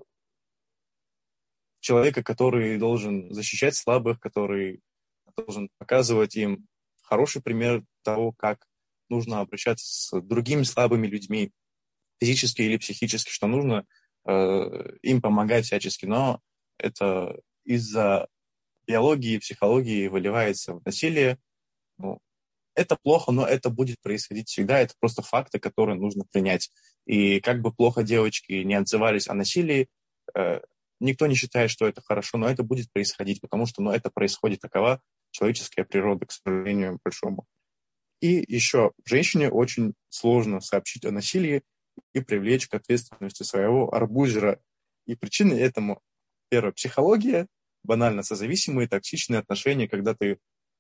человека, который должен защищать слабых, который должен показывать им хороший пример того, как нужно обращаться с другими слабыми людьми, физически или психически, что нужно э, им помогать всячески. Но это из-за биологии и психологии выливается в насилие. Ну, это плохо, но это будет происходить всегда. Это просто факты, которые нужно принять. И как бы плохо девочки не отзывались о насилии, э, никто не считает, что это хорошо, но это будет происходить, потому что ну, это происходит, такова человеческая природа, к сожалению, большому. И еще женщине очень сложно сообщить о насилии и привлечь к ответственности своего арбузера. И причиной этому, первое, психология, банально созависимые, токсичные отношения, когда ты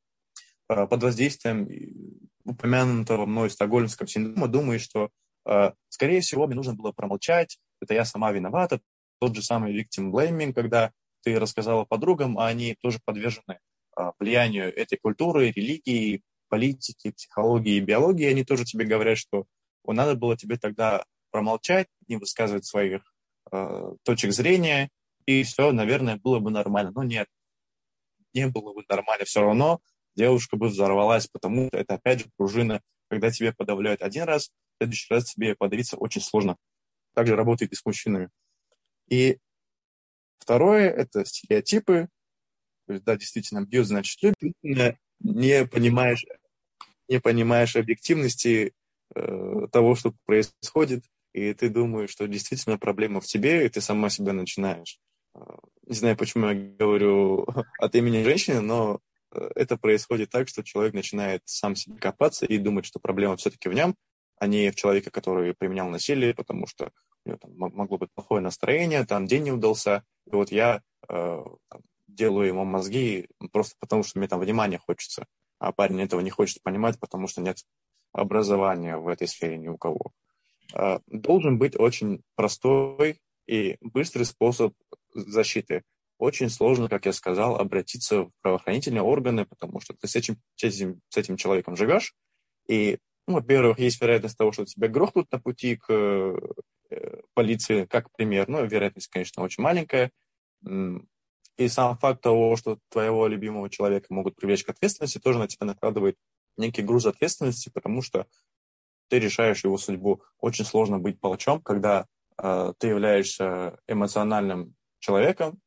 под воздействием упомянутого мной стокгольмского синдрома думаешь, что, скорее всего, мне нужно было промолчать, это я сама виновата. Тот же самый victim blaming, когда ты рассказала подругам, а они тоже подвержены влиянию этой культуры, религии, политики, психологии, биологии. Они тоже тебе говорят, что надо было тебе тогда промолчать, не высказывать своих э, точек зрения, и все, наверное, было бы нормально. Но нет, не было бы нормально. Все равно девушка бы взорвалась, потому что это, опять же, пружина. Когда тебе подавляют один раз, в следующий раз тебе подавиться очень сложно. Так же работает и с мужчинами. И второе – это стереотипы. Да, действительно, бьет, значит, любит. Не понимаешь, не понимаешь объективности э, того, что происходит, и ты думаешь, что действительно проблема в тебе, и ты сама себя начинаешь. Э, не знаю, почему я говорю от имени женщины, но э, это происходит так, что человек начинает сам себе копаться и думать, что проблема все-таки в нем, а не в человеке, который применял насилие, потому что у него там могло быть плохое настроение, там день не удался, и вот я э, там, делаю ему мозги просто потому, что мне там внимания хочется, а парень этого не хочет понимать, потому что нет образования в этой сфере ни у кого. Э, должен быть очень простой и быстрый способ защиты. Очень сложно, как я сказал, обратиться в правоохранительные органы, потому что ты с этим, с этим, с этим человеком живешь, и ну, во-первых, есть вероятность того, что тебя грохнут на пути к э, полиции, как пример. Ну, вероятность, конечно, очень маленькая. И сам факт того, что твоего любимого человека могут привлечь к ответственности, тоже на тебя накладывает некий груз ответственности, потому что ты решаешь его судьбу. Очень сложно быть палачом, когда э, ты являешься эмоциональным человеком,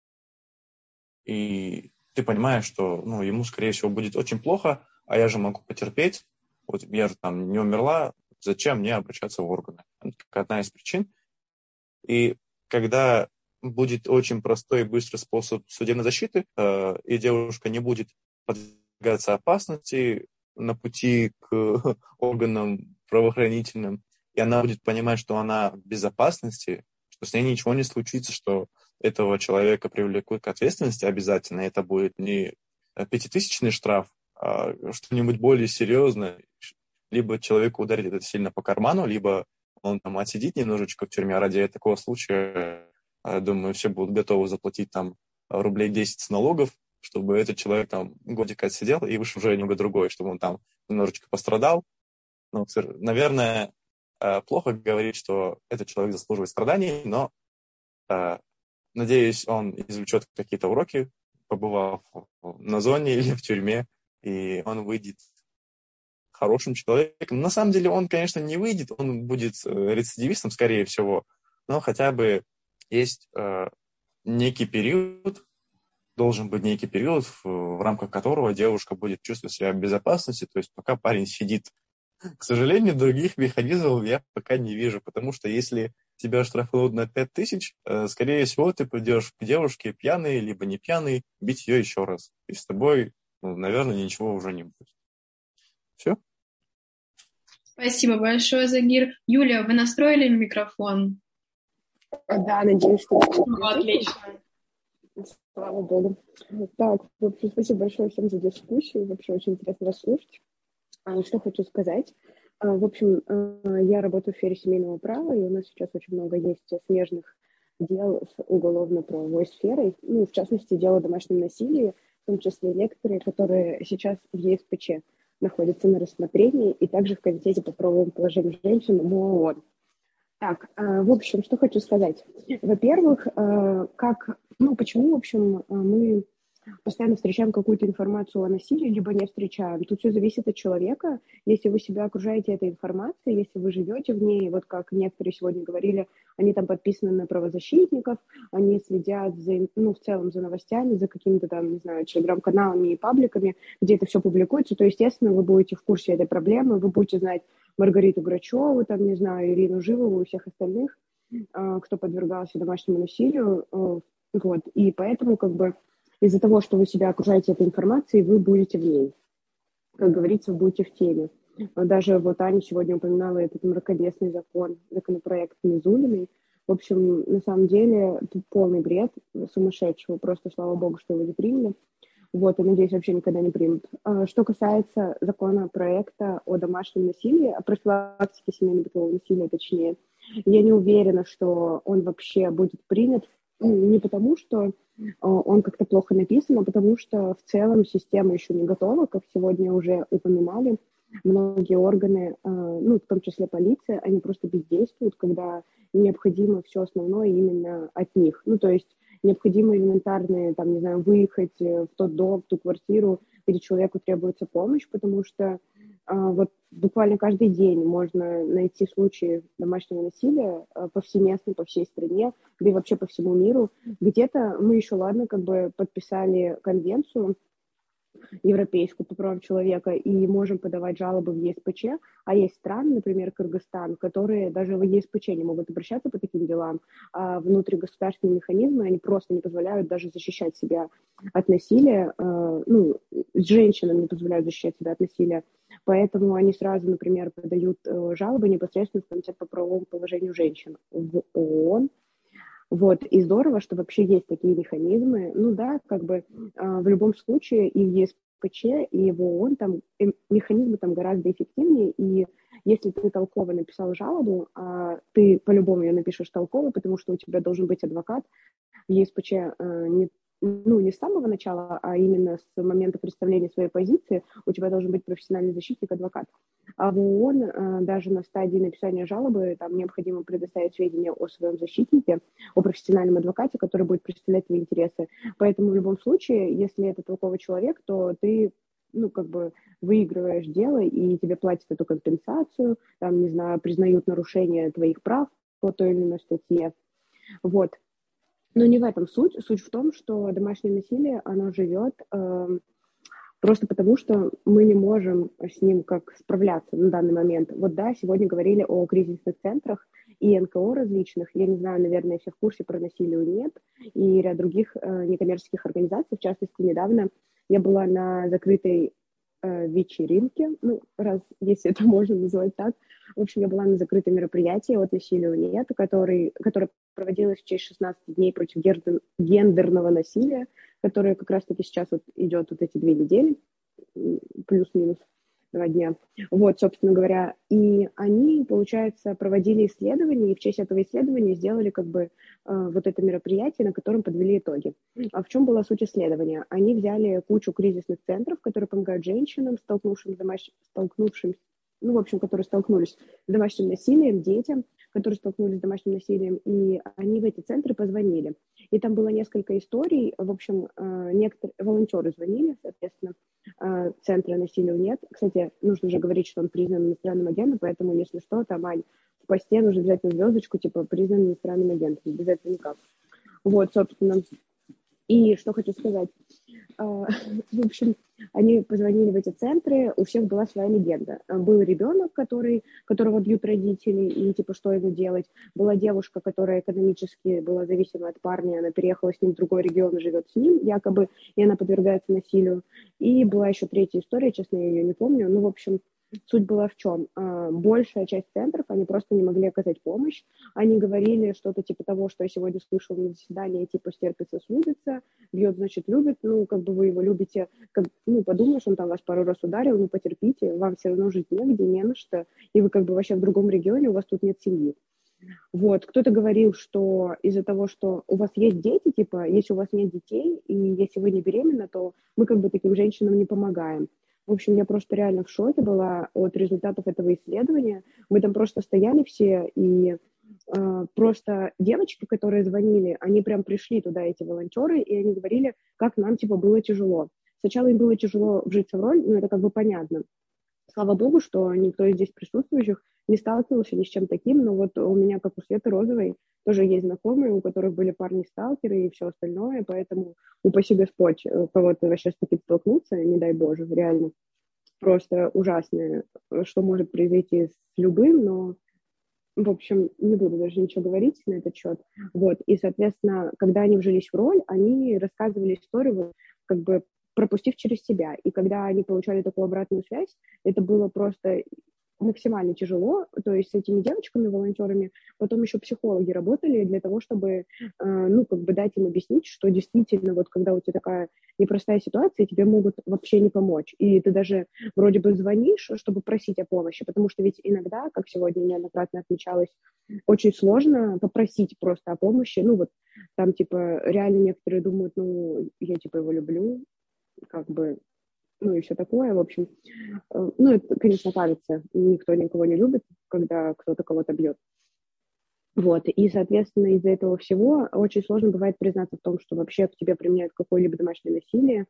и ты понимаешь, что ну, ему, скорее всего, будет очень плохо, а я же могу потерпеть. Вот я же там не умерла, зачем мне обращаться в органы? Это одна из причин. И когда будет очень простой и быстрый способ судебной защиты, э, и девушка не будет подвергаться опасности на пути к органам правоохранительным, и она будет понимать, что она в безопасности, что с ней ничего не случится, что этого человека привлекут к ответственности обязательно, это будет не пятитысячный штраф, а что-нибудь более серьезное. Либо человеку ударит это сильно по карману, либо он там отсидит немножечко в тюрьме. Ради такого случая, думаю, все будут готовы заплатить там рублей десять с налогов, чтобы этот человек там годик отсидел и вышел уже немного другой, чтобы он там немножечко пострадал. Ну, наверное, плохо говорить, что этот человек заслуживает страданий, но, надеюсь, он извлечет какие-то уроки, побывав на зоне или в тюрьме, и он выйдет хорошим человеком. На самом деле он, конечно, не выйдет, он будет рецидивистом, скорее всего, но хотя бы есть э, некий период, должен быть некий период, в, в рамках которого девушка будет чувствовать себя в безопасности, то есть пока парень сидит. К сожалению, других механизмов я пока не вижу, потому что если тебя штрафуют на пять тысяч, э, скорее всего, ты придешь к девушке пьяный, либо не пьяный, бить ее еще раз. И с тобой, ну, наверное, ничего уже не будет. Все? Спасибо большое, Загир. Юлия, вы настроили микрофон? Да, надеюсь, что... Ну, отлично. Слава богу. Так, в общем, спасибо большое всем за дискуссию. Вообще очень интересно вас слушать. Что хочу сказать. В общем, я работаю в сфере семейного права, и у нас сейчас очень много есть смежных дел с уголовно-правовой сферой. Ну, в частности, дело о домашнем насилии, в том числе некоторые, которые сейчас в ЕСПЧ находятся на рассмотрении, и также в Комитете по правовым положениям женщин МООН. Так, в общем, что хочу сказать. Во-первых, как, ну, почему, в общем, мы постоянно встречаем какую-то информацию о насилии, либо не встречаем. Тут все зависит от человека. Если вы себя окружаете этой информацией, если вы живете в ней, вот как некоторые сегодня говорили, они там подписаны на правозащитников, они следят за, ну, в целом за новостями, за какими-то там, не знаю, телеграм-каналами и пабликами, где это все публикуется, то, естественно, вы будете в курсе этой проблемы, вы будете знать Маргариту Грачеву, там, не знаю, Ирину Живову и всех остальных, кто подвергался домашнему насилию, вот, и поэтому, как бы, из-за того, что вы себя окружаете этой информацией, вы будете в ней. Как говорится, вы будете в теме. Даже вот Аня сегодня упоминала этот мракобесный закон, законопроект Мизулиной. В общем, на самом деле, тут полный бред сумасшедшего. Просто слава богу, что его не приняли. Вот, и, надеюсь, вообще никогда не примут. А, Что касается законопроекта о домашнем насилии, о профилактике семейно-бытового насилия, точнее, я не уверена, что он вообще будет принят. Ну, не потому, что а, он как-то плохо написан, а потому что в целом система еще не готова, как сегодня уже упоминали. Многие органы, а, ну, в том числе полиция, они просто бездействуют, когда необходимо все основное именно от них. Ну, то есть необходимо элементарно, там, не знаю, выехать в тот дом, в ту квартиру, где человеку требуется помощь, потому что а, вот буквально каждый день можно найти случаи домашнего насилия а, повсеместно по всей стране, да и вообще по всему миру. Где-то мы еще, ладно, как бы подписали конвенцию европейскую по правам человека и можем подавать жалобы в ЕСПЧ, а есть страны, например, Кыргызстан, которые даже в ЕСПЧ не могут обращаться по таким делам, а внутригосударственные механизмы, они просто не позволяют даже защищать себя от насилия, ну, женщинам не позволяют защищать себя от насилия, поэтому они сразу, например, подают жалобы непосредственно в Комитет по правовому положению женщин в ООН. Вот, и здорово, что вообще есть такие механизмы. Ну да, как бы в любом случае и в ЕСПЧ, и в ООН там механизмы там гораздо эффективнее, и если ты толково написал жалобу, а ты по-любому ее напишешь толково, потому что у тебя должен быть адвокат, в ЕСПЧ не ну, не с самого начала, а именно с момента представления своей позиции, у тебя должен быть профессиональный защитник, адвокат. А в ООН даже на стадии написания жалобы там необходимо предоставить сведения о своем защитнике, о профессиональном адвокате, который будет представлять твои интересы. Поэтому в любом случае, если это толковый человек, то ты ну, как бы выигрываешь дело, и тебе платят эту компенсацию, там, не знаю, признают нарушение твоих прав по той или иной статье. Вот. Но не в этом суть. Суть в том, что домашнее насилие, оно живет э, просто потому, что мы не можем с ним как справляться на данный момент. Вот да, сегодня говорили о кризисных центрах и эн ка о различных. Я не знаю, наверное, все в курсе про насилие нет. И ряд других э, некоммерческих организаций. В частности, недавно я была на закрытой э, вечеринке, ну, раз, если это можно назвать так. В общем, я была на закрытом мероприятии от насилия нет, который, которое проводилось в честь шестнадцати дней против гендерного насилия, которое как раз-таки сейчас вот идет вот эти две недели, плюс-минус два дня. Вот, собственно говоря, и они, получается, проводили исследования, и в честь этого исследования сделали как бы э, вот это мероприятие, на котором подвели итоги. А в чем была суть исследования? Они взяли кучу кризисных центров, которые помогают женщинам, столкнувшимся, столкнувшимся ну, в общем, которые столкнулись с домашним насилием, детям, которые столкнулись с домашним насилием, и они в эти центры позвонили. И там было несколько историй, в общем, некоторые волонтеры звонили, соответственно, центра насилия нет. Кстати, нужно же говорить, что он признан иностранным агентом, поэтому, если что, там, Ань, в посте нужно взять на звездочку, типа, признан иностранным агентом, без этого никак. Вот, собственно, и что хочу сказать. В общем, они позвонили в эти центры, у всех была своя легенда. Был ребенок, который, которого бьют родители, и типа что ему делать. Была девушка, которая экономически была зависима от парня, она переехала с ним в другой регион и живет с ним, якобы, и она подвергается насилию. И была еще третья история, честно, я ее не помню. Ну, в общем, суть была в чем? Большая часть центров, они просто не могли оказать помощь. Они говорили что-то типа того, что я сегодня слышала на заседании, типа стерпится, слюбится, бьет, значит, любит, ну, как бы вы его любите, как, ну, подумаешь, он там вас пару раз ударил, ну, потерпите, вам все равно жить негде, не на что, и вы как бы вообще в другом регионе, у вас тут нет семьи. Вот, кто-то говорил, что из-за того, что у вас есть дети, типа, если у вас нет детей, и если вы не беременна, то мы как бы таким женщинам не помогаем. В общем, я просто реально в шоке была от результатов этого исследования. Мы там просто стояли все, и э, просто девочки, которые звонили, они прям пришли туда, эти волонтеры, и они говорили, как нам, типа, было тяжело. Сначала им было тяжело вжиться в роль, но это как бы понятно. Слава богу, что никто из здесь присутствующих не сталкивался ни с чем таким, но вот у меня, как у Светы Розовой, тоже есть знакомые, у которых были парни-сталкеры и все остальное, поэтому упаси Господь кого-то вообще с таким столкнуться, не дай Боже, реально. Просто ужасное, что может произойти с любым, но, в общем, не буду даже ничего говорить на этот счет. Вот, и, соответственно, когда они вжились в роль, они рассказывали историю, как бы пропустив через себя. И когда они получали такую обратную связь, это было просто максимально тяжело, то есть с этими девочками, волонтерами, потом еще психологи работали для того, чтобы, ну, как бы дать им объяснить, что действительно, вот когда у тебя такая непростая ситуация, тебе могут вообще не помочь, и ты даже вроде бы звонишь, чтобы просить о помощи, потому что ведь иногда, как сегодня неоднократно отмечалось, очень сложно попросить просто о помощи, ну, вот там, типа, реально некоторые думают, ну, я, типа, его люблю, как бы, ну и все такое, в общем. Ну, это, конечно, кажется, никто никого не любит, когда кто-то кого-то бьет. Вот, и, соответственно, из-за этого всего очень сложно бывает признаться в том, что вообще к тебе применяют какое-либо домашнее насилие,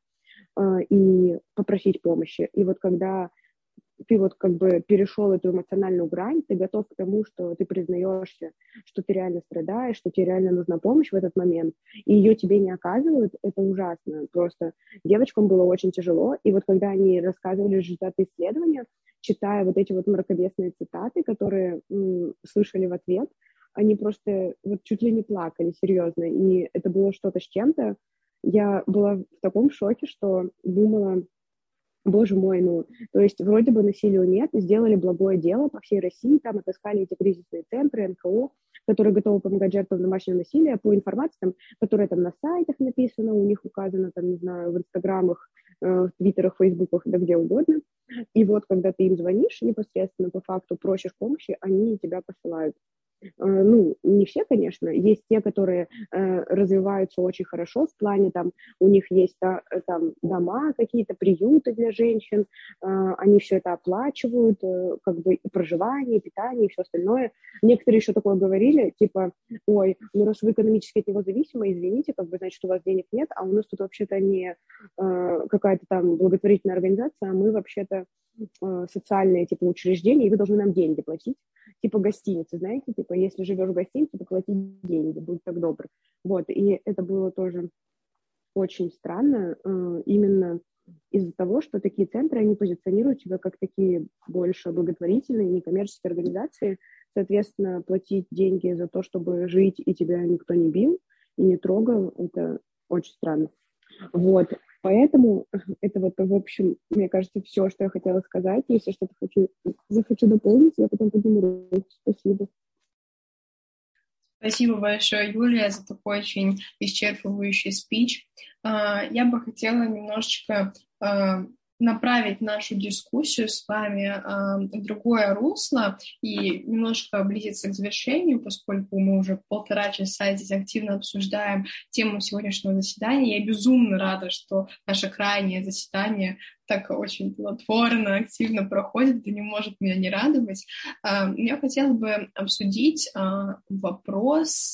и попросить помощи. И вот когда ты вот как бы перешел эту эмоциональную грань, ты готов к тому, что ты признаешься, что ты реально страдаешь, что тебе реально нужна помощь в этот момент, и ее тебе не оказывают, это ужасно. Просто девочкам было очень тяжело, и вот когда они рассказывали результаты исследования, читая вот эти вот мракобесные цитаты, которые м, слышали в ответ, они просто вот чуть ли не плакали, серьезно, и это было что-то с чем-то. Я была в таком шоке, что думала, боже мой, ну, то есть вроде бы насилия нет, сделали благое дело по всей России, там отыскали эти кризисные центры, эн ка о, которые готовы помогать жертвам домашнего насилия по информации, там, которая там на сайтах написана, у них указано, там, не знаю, в инстаграмах, э, в твиттерах, фейсбуках, да где угодно. И вот, когда ты им звонишь непосредственно по факту, просишь помощи, они тебя посылают. Ну, не все, конечно, есть те, которые э, развиваются очень хорошо в плане, там, у них есть да, там дома какие-то, приюты для женщин, э, они все это оплачивают, э, как бы и проживание, и питание, и все остальное. Некоторые еще такое говорили, типа, ой, ну раз вы экономически от него зависимы, извините, как бы, значит, у вас денег нет, а у нас тут вообще-то не э, какая-то там благотворительная организация, а мы вообще-то э, социальные, типа, учреждения, и вы должны нам деньги платить. Типа гостиницы, знаете, типа, если живешь в гостинице, то плати деньги, будь так добр. Вот, и это было тоже очень странно, именно из-за того, что такие центры, они позиционируют себя как такие больше благотворительные, некоммерческие организации, соответственно, платить деньги за то, чтобы жить, и тебя никто не бил и не трогал, это очень странно. Вот, поэтому это вот, в общем, мне кажется, все, что я хотела сказать. Если что-то хочу, захочу дополнить, я потом подниму руку. Спасибо. Спасибо большое, Юлия, за такой очень исчерпывающий спич. Я бы хотела немножечко направить нашу дискуссию с вами в другое русло и немножко близиться к завершению, поскольку мы уже полтора часа здесь активно обсуждаем тему сегодняшнего заседания. Я безумно рада, что наше крайнее заседание так очень плодотворно, активно проходит, это не может меня не радовать. Я хотела бы обсудить вопрос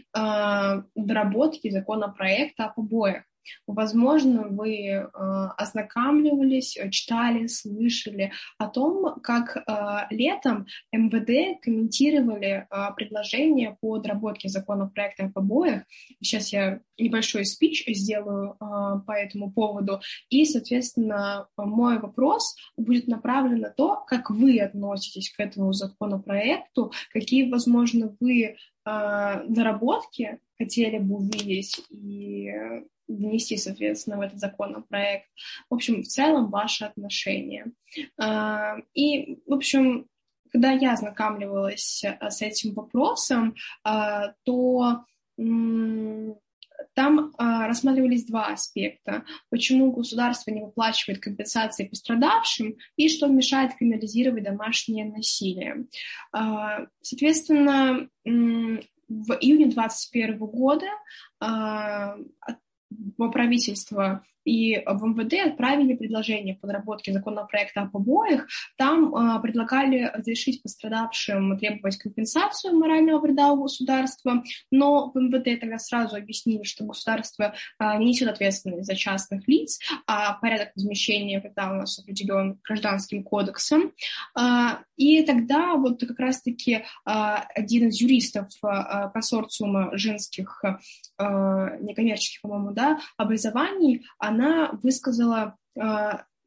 доработки законопроекта о побоях. Возможно, вы э, ознакомливались, читали, слышали о том, как э, летом эм вэ дэ комментировали э, предложение по доработке законопроекта о побоях. Сейчас я небольшой спич сделаю э, по этому поводу. И, соответственно, мой вопрос будет направлен на то, как вы относитесь к этому законопроекту, какие, возможно, вы э, доработки хотели бы увидеть и внести, соответственно, в этот законопроект. В общем, в целом, ваши отношения. И, в общем, когда я ознакомливалась с этим вопросом, то там рассматривались два аспекта. Почему государство не выплачивает компенсации пострадавшим и что мешает криминализировать домашнее насилие. Соответственно, в июне двадцать первого года правительство и в эм вэ дэ отправили предложение по доработке законопроекта о побоях. Там э, предлагали разрешить пострадавшим требовать компенсацию морального вреда у государства, но в эм вэ дэ тогда сразу объяснили, что государство э, не несет ответственность за частных лиц, а порядок возмещения вреда у нас определен Гражданским кодексом. Э, и тогда вот как раз-таки э, один из юристов э, консорциума женских э, некоммерческих, по-моему, да, образований, она высказала э,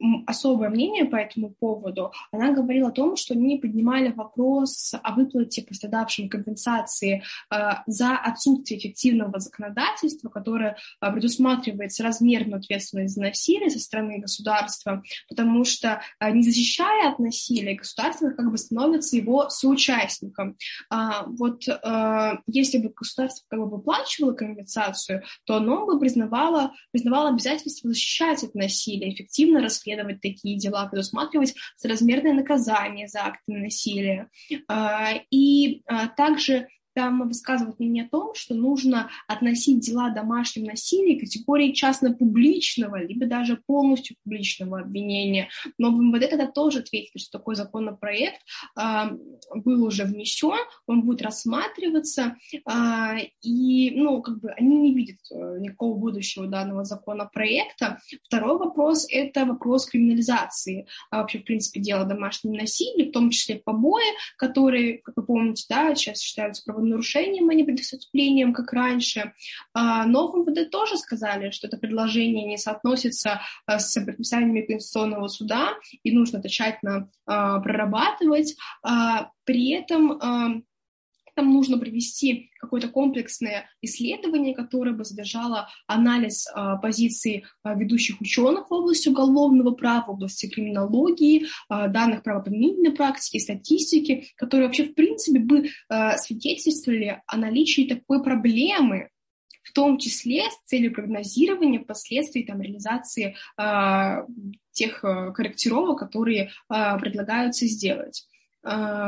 особое мнение по этому поводу. Она говорила о том, что они поднимали вопрос о выплате пострадавшим компенсации э, за отсутствие эффективного законодательства, которое э, предусматривает соразмерную ответственность за насилие со стороны государства, потому что, э, не защищая от насилия, государство как бы становится его соучастником. А, вот э, если бы государство как бы выплачивало компенсацию, то оно бы признавало, признавало обязательство защищать от насилия, эффективно расследовать такие дела, предусматривать соразмерное наказание за акты насилия. И также там высказывают мнение о том, что нужно относить дела о домашнем насилии к категории частно-публичного, либо даже полностью публичного обвинения. Но в МВД тогда тоже ответили, что такой законопроект э, был уже внесен, он будет рассматриваться, э, и ну, как бы они не видят никакого будущего данного законопроекта. Второй вопрос – это вопрос криминализации а вообще, в принципе, дела о домашнем насилии, в том числе побои, которые, как вы помните, да, сейчас считаются правонарушением, нарушением, а не преступлением, как раньше. Но в МВД тоже сказали, что это предложение не соотносится с предписаниями Конституционного суда, и нужно это тщательно прорабатывать. При этом там нужно провести какое-то комплексное исследование, которое бы содержало анализ а, позиций а, ведущих ученых в области уголовного права, в области криминологии, а, данных правоприменительной практики, статистики, которые вообще, в принципе, бы а, свидетельствовали о наличии такой проблемы, в том числе с целью прогнозирования последствий там, реализации а, тех а, корректировок, которые а, предлагаются сделать. А,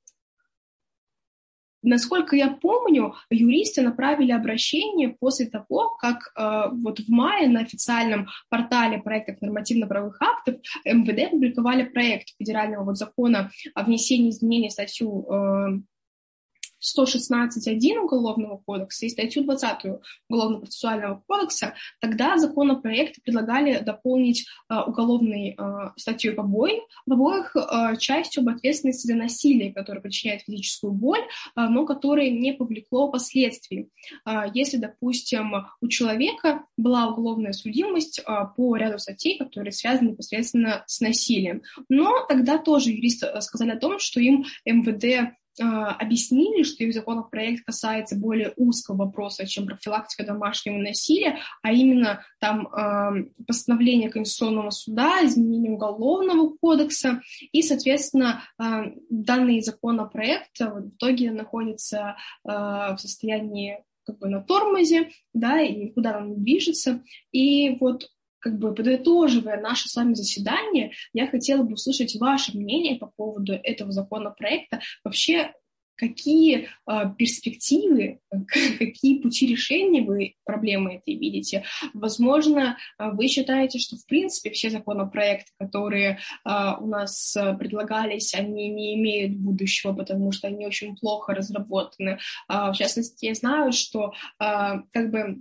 Насколько я помню, юристы направили обращение после того, как э, вот в мае на официальном портале проектов нормативно-правовых актов МВД публиковали проект федерального вот закона о внесении изменений в статью э, сто шестнадцать один Уголовного кодекса и статью двадцать Уголовно-процессуального кодекса. Тогда законопроекты предлагали дополнить э, уголовной э, статьей побои, в обоих э, частью об ответственности за насилие, которое причиняет физическую боль, э, но которое не повлекло последствий. Э, если, допустим, у человека была уголовная судимость э, по ряду статей, которые связаны непосредственно с насилием. Но тогда тоже юристы сказали о том, что им МВД объяснили, что их законопроект касается более узкого вопроса, чем профилактика домашнего насилия, а именно там э, постановление Конституционного суда, изменение Уголовного кодекса, и, соответственно, э, данный законопроект в итоге находится э, в состоянии как бы на тормозе, да, и никуда он не движется, и вот как бы подытоживая наше с вами заседание, я хотела бы услышать ваше мнение по поводу этого законопроекта. Вообще, какие э, перспективы, какие пути решения вы проблемы этой видите? Возможно, вы считаете, что, в принципе, все законопроекты, которые э, у нас предлагались, они не имеют будущего, потому что они очень плохо разработаны. Э, в частности, я знаю, что э, как бы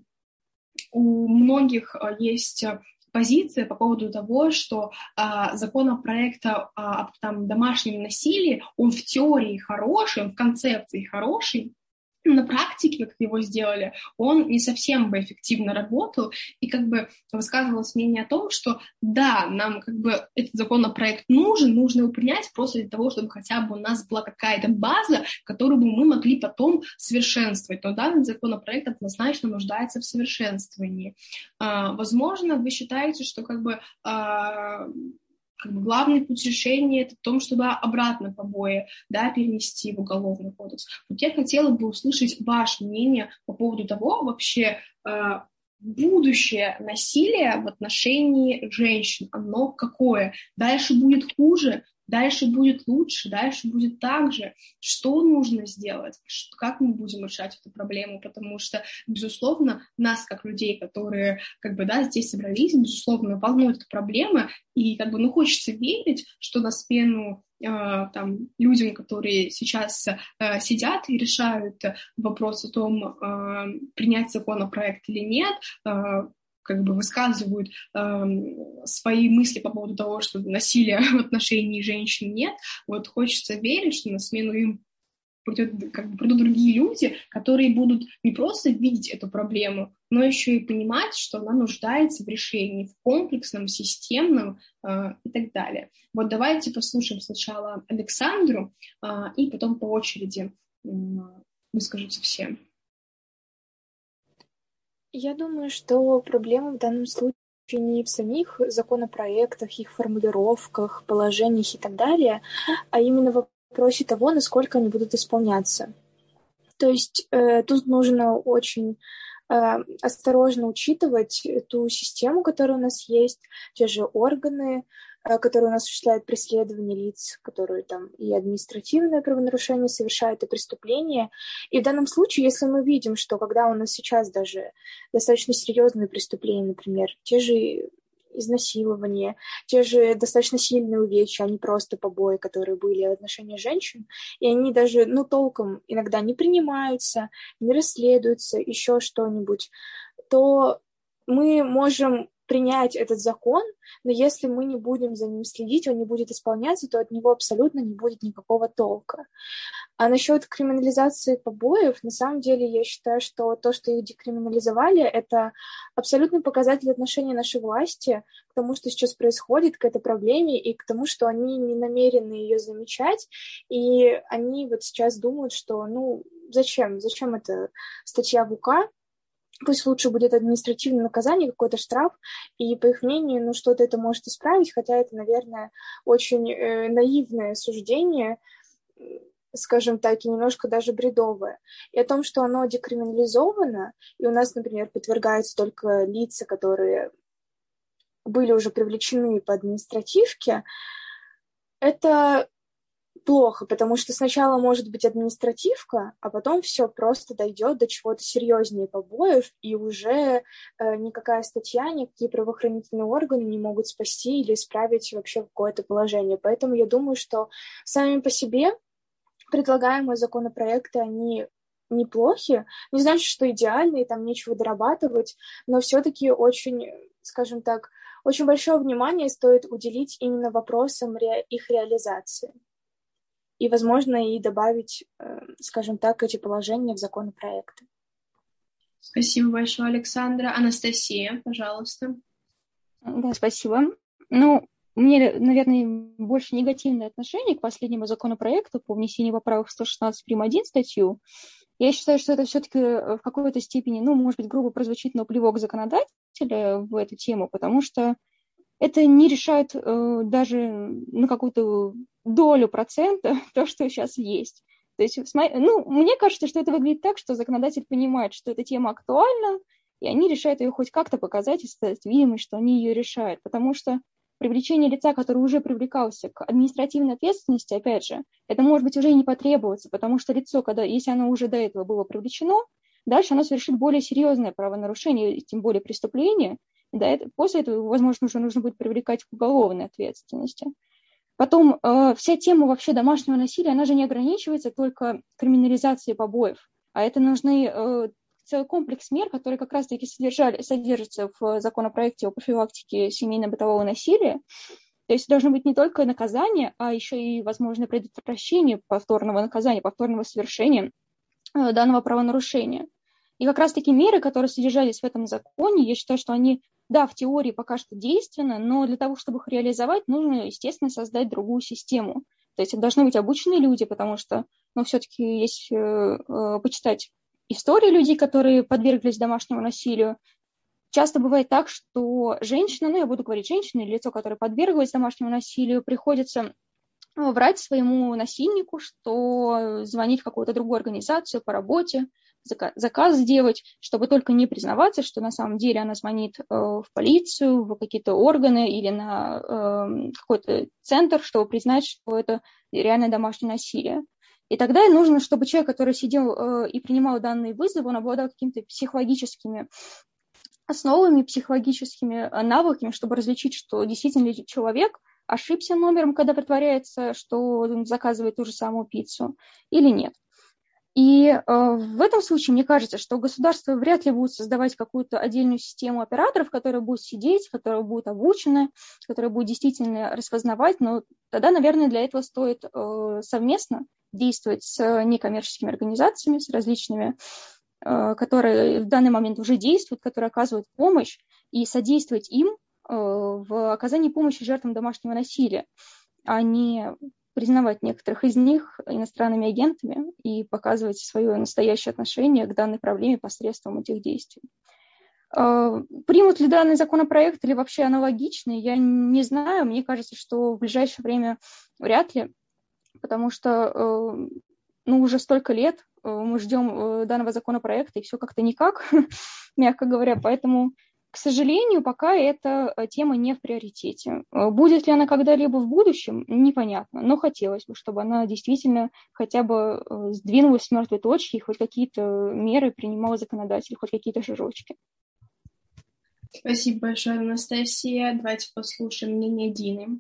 у многих есть позиция по поводу того, что а, законопроект о а, там, домашнем насилии, он в теории хороший, он в концепции хороший, на практике, как его сделали, он не совсем бы эффективно работал, и как бы высказывалось мнение о том, что да, нам как бы этот законопроект нужен, нужно его принять просто для того, чтобы хотя бы у нас была какая-то база, которую бы мы могли потом совершенствовать. Но данный законопроект однозначно нуждается в совершенствовании. А, возможно, вы считаете, что как бы а, Как бы главный путь решения это в том, чтобы обратно побои, да, перенести в Уголовный кодекс. Вот я хотела бы услышать ваше мнение по поводу того, вообще э, будущее насилия в отношении женщин, оно какое? Дальше будет хуже, дальше будет лучше, дальше будет так же. Что нужно сделать? Как мы будем решать эту проблему? Потому что, безусловно, нас, как людей, которые как бы, да, здесь собрались, безусловно, волнует эта проблема, и как бы, ну, хочется верить, что на смену э, там, людям, которые сейчас э, сидят и решают вопрос о том, э, принять законопроект или нет, э, как бы высказывают э, свои мысли по поводу того, что насилия в отношении женщин нет. Вот хочется верить, что на смену им придет, как бы, придут другие люди, которые будут не просто видеть эту проблему, но еще и понимать, что она нуждается в решении, в комплексном, системном э, и так далее. Вот давайте послушаем сначала Александру, э, и потом по очереди э, выскажутся все. Я думаю, что проблема в данном случае не в самих законопроектах, их формулировках, положениях и так далее, а именно в вопросе того, насколько они будут исполняться. То есть э, тут нужно очень э, осторожно учитывать ту систему, которая у нас есть, те же органы, э, которые у нас осуществляют преследование лиц, которые там и административное правонарушение совершают, и преступления. И в данном случае, если мы видим, что когда у нас сейчас даже достаточно серьезные преступления, например, те же изнасилование, те же достаточно сильные увечья, а не просто побои, которые были в отношении женщин, и они даже, ну, толком иногда не принимаются, не расследуются, еще что-нибудь, то мы можем принять этот закон, но если мы не будем за ним следить, он не будет исполняться, то от него абсолютно не будет никакого толка. А насчет криминализации побоев, на самом деле, я считаю, что то, что их декриминализовали, это абсолютный показатель отношения нашей власти к тому, что сейчас происходит, к этой проблеме, и к тому, что они не намерены ее замечать, и они вот сейчас думают, что, ну, зачем, зачем эта статья в УК, пусть лучше будет административное наказание, какой-то штраф, и, по их мнению, ну, что-то это может исправить, хотя это, наверное, очень э, наивное суждение, скажем так, и немножко даже бредовое. И о том, что оно декриминализовано, и у нас, например, подвергаются только лица, которые были уже привлечены по административке, это плохо, потому что сначала может быть административка, а потом все просто дойдет до чего-то серьезнее побоев, и уже э, никакая статья, никакие правоохранительные органы не могут спасти или исправить вообще какое-то положение. Поэтому я думаю, что сами по себе предлагаемые законопроекты, они неплохи, не значит, что идеальные, там нечего дорабатывать, но все-таки очень, скажем так, очень большое внимание стоит уделить именно вопросам ре- их реализации. И, возможно, и добавить, скажем так, эти положения в законопроекты. Спасибо большое, Александра. Анастасия, пожалуйста. Да, спасибо. Ну, у меня, наверное, больше негативное отношение к последнему законопроекту по внесению поправок в сто шестнадцать прим. один статью. Я считаю, что это все-таки в какой-то степени, ну, может быть, грубо прозвучит, но плевок законодателя в эту тему, потому что это не решает э, даже на какую-то долю процента то, что сейчас есть. То есть, ну, мне кажется, что это выглядит так, что законодатель понимает, что эта тема актуальна, и они решают ее хоть как-то показать и стать видимой, что они ее решают. Потому что привлечение лица, который уже привлекался к административной ответственности, опять же, это может быть уже и не потребуется, потому что лицо, когда, если оно уже до этого было привлечено, дальше оно совершит более серьезное правонарушение, тем более преступление. Да, это, после этого, возможно, уже нужно будет привлекать к уголовной ответственности. Потом, э, вся тема вообще домашнего насилия, она же не ограничивается только криминализацией побоев, а это нужны э, целый комплекс мер, которые как раз-таки содержатся в законопроекте о профилактике семейно-бытового насилия. То есть должно быть не только наказание, а еще и, возможно, предотвращение повторного наказания, повторного совершения э, данного правонарушения. И как раз-таки меры, которые содержались в этом законе, я считаю, что они, да, в теории пока что действенны, но для того, чтобы их реализовать, нужно, естественно, создать другую систему. То есть это должны быть обученные люди, потому что, ну, все-таки есть э, почитать истории людей, которые подверглись домашнему насилию. Часто бывает так, что женщина, ну, я буду говорить женщина, или лицо, которое подверглось домашнему насилию, приходится врать своему насильнику, что звонить в какую-то другую организацию по работе, заказ сделать, чтобы только не признаваться, что на самом деле она звонит э, в полицию, в какие-то органы или на э, какой-то центр, чтобы признать, что это реальное домашнее насилие. И тогда нужно, чтобы человек, который сидел э, и принимал данные вызовы, он обладал какими-то психологическими основами, психологическими навыками, чтобы различить, что действительно человек ошибся номером, когда притворяется, что он заказывает ту же самую пиццу, или нет. И э, в этом случае мне кажется, что государство вряд ли будет создавать какую-то отдельную систему операторов, которая будет сидеть, которая будет обучена, которая будет действительно распознавать, но тогда, наверное, для этого стоит э, совместно действовать с некоммерческими организациями, с различными, которые в данный момент уже действуют, которые оказывают помощь, и содействовать им в оказании помощи жертвам домашнего насилия, а не признавать некоторых из них иностранными агентами и показывать свое настоящее отношение к данной проблеме посредством этих действий. Примут ли данный законопроект или вообще аналогичный, я не знаю. Мне кажется, что в ближайшее время вряд ли, потому что ну, уже столько лет мы ждем данного законопроекта, и все как-то никак, мягко говоря. Поэтому, к сожалению, пока эта тема не в приоритете. Будет ли она когда-либо в будущем, непонятно, но хотелось бы, чтобы она действительно хотя бы сдвинулась с мертвой точки и хоть какие-то меры принимал законодатель, хоть какие-то шажочки. Спасибо большое, Анастасия. Давайте послушаем мнение Дины.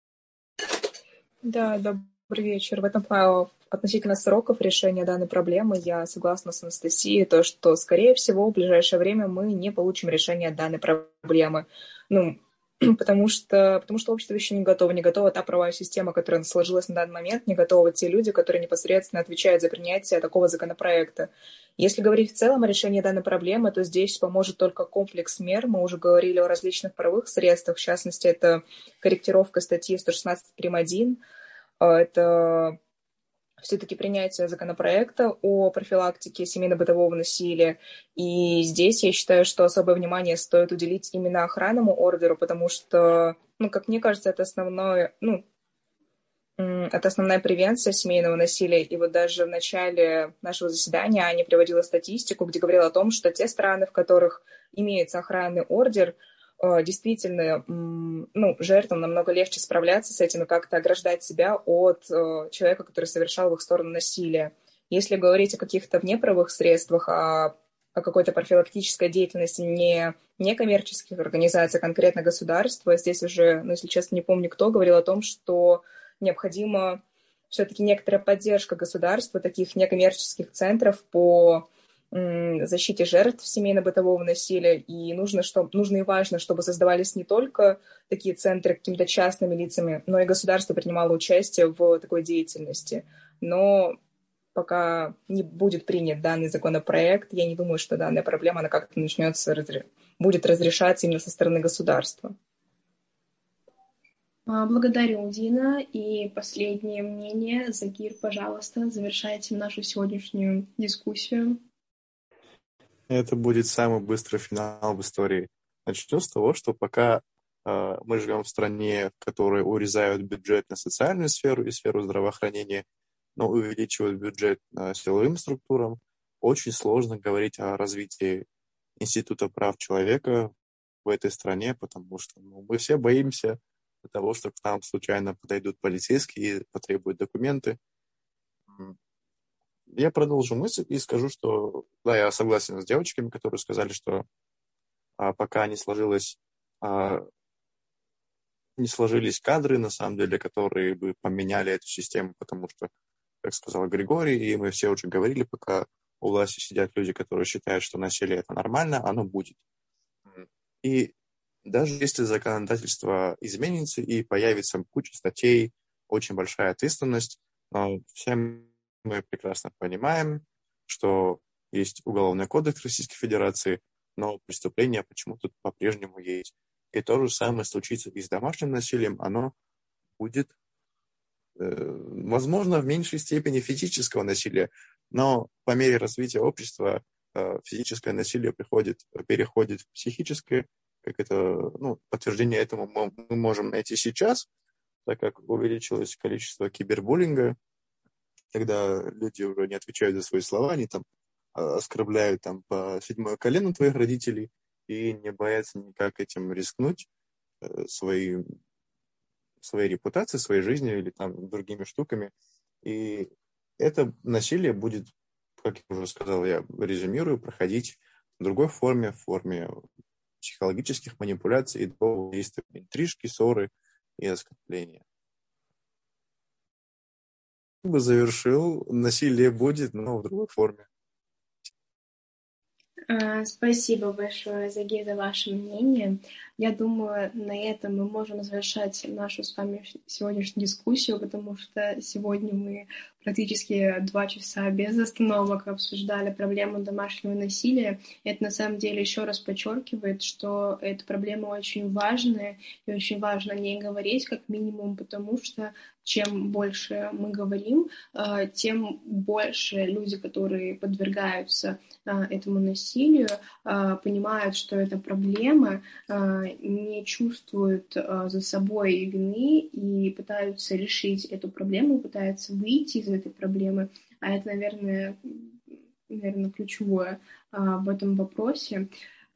Да, добрый вечер. В этом относительно сроков решения данной проблемы я согласна с Анастасией, то, что, скорее всего, в ближайшее время мы не получим решения данной проблемы. Ну, потому что, потому что общество еще не готово, не готова та правовая система, которая сложилась на данный момент, не готовы те люди, которые непосредственно отвечают за принятие такого законопроекта. Если говорить в целом о решении данной проблемы, то здесь поможет только комплекс мер. Мы уже говорили о различных правовых средствах, в частности, это корректировка статьи сто шестнадцать прим. один, это все-таки принятие законопроекта о профилактике семейно-бытового насилия. И здесь я считаю, что особое внимание стоит уделить именно охранному ордеру, потому что, ну, как мне кажется, это основное, ну, это основная превенция семейного насилия. И вот даже в начале нашего заседания Аня приводила статистику, где говорила о том, что те страны, в которых имеется охранный ордер, действительно, ну, жертвам намного легче справляться с этим и как-то ограждать себя от человека, который совершал в их сторону насилие. Если говорить о каких-то внеправовых средствах, о, о какой-то профилактической деятельности не некоммерческих организаций, а конкретно государства, здесь уже, ну, если честно, не помню, кто говорил о том, что необходима все-таки некоторая поддержка государства, таких некоммерческих центров по защите жертв семейно-бытового насилия, и нужно, чтобы, нужно и важно, чтобы создавались не только такие центры какими-то частными лицами, но и государство принимало участие в такой деятельности. Но пока не будет принят данный законопроект, я не думаю, что данная проблема, она как-то начнется, будет разрешаться именно со стороны государства. Благодарю, Дина. И последнее мнение. Загир, пожалуйста, завершайте нашу сегодняшнюю дискуссию. Это будет самый быстрый финал в истории. Начну с того, что пока э, мы живем в стране, в которой урезают бюджет на социальную сферу и сферу здравоохранения, но увеличивают бюджет э, силовым структурам, очень сложно говорить о развитии института прав человека в этой стране, потому что ну, мы все боимся того, что к нам случайно подойдут полицейские и потребуют документы. Я продолжу мысль и скажу, что да, я согласен с девочками, которые сказали, что а, пока не сложилось, а, не сложились кадры, на самом деле, которые бы поменяли эту систему, потому что, как сказал Григорий, и мы все уже говорили, пока у власти сидят люди, которые считают, что насилие это нормально, оно будет. И даже если законодательство изменится и появится куча статей, очень большая ответственность, но всем мы прекрасно понимаем, что есть Уголовный кодекс Российской Федерации, но преступления почему-то по-прежнему есть. И то же самое случится и с домашним насилием. Оно будет, э, возможно, в меньшей степени физического насилия, но по мере развития общества э, физическое насилие приходит, переходит в психическое. Как это, ну, подтверждение этому мы, мы можем найти сейчас, так как увеличилось количество кибербуллинга, когда люди уже не отвечают за свои слова, они там оскорбляют там по седьмое колено твоих родителей и не боятся никак этим рискнуть своей, своей репутацией, своей жизнью или там другими штуками. И это насилие будет, как я уже сказал, я резюмирую, проходить в другой форме, в форме психологических манипуляций и другого действия, интрижки, ссоры и оскорбления. Бы завершил, насилие будет, но в другой форме. Спасибо большое, Загир, за ваше мнение. Я думаю, на этом мы можем завершать нашу с вами сегодняшнюю дискуссию, потому что сегодня мы практически два часа без остановок обсуждали проблему домашнего насилия. Это на самом деле еще раз подчеркивает, что эта проблема очень важная, и очень важно о ней говорить, как минимум, потому что чем больше мы говорим, тем больше люди, которые подвергаются этому насилию, понимают, что это проблема, не чувствуют за собой вины и пытаются решить эту проблему, пытаются выйти из этой проблемы. А это, наверное, наверное, ключевое в этом вопросе.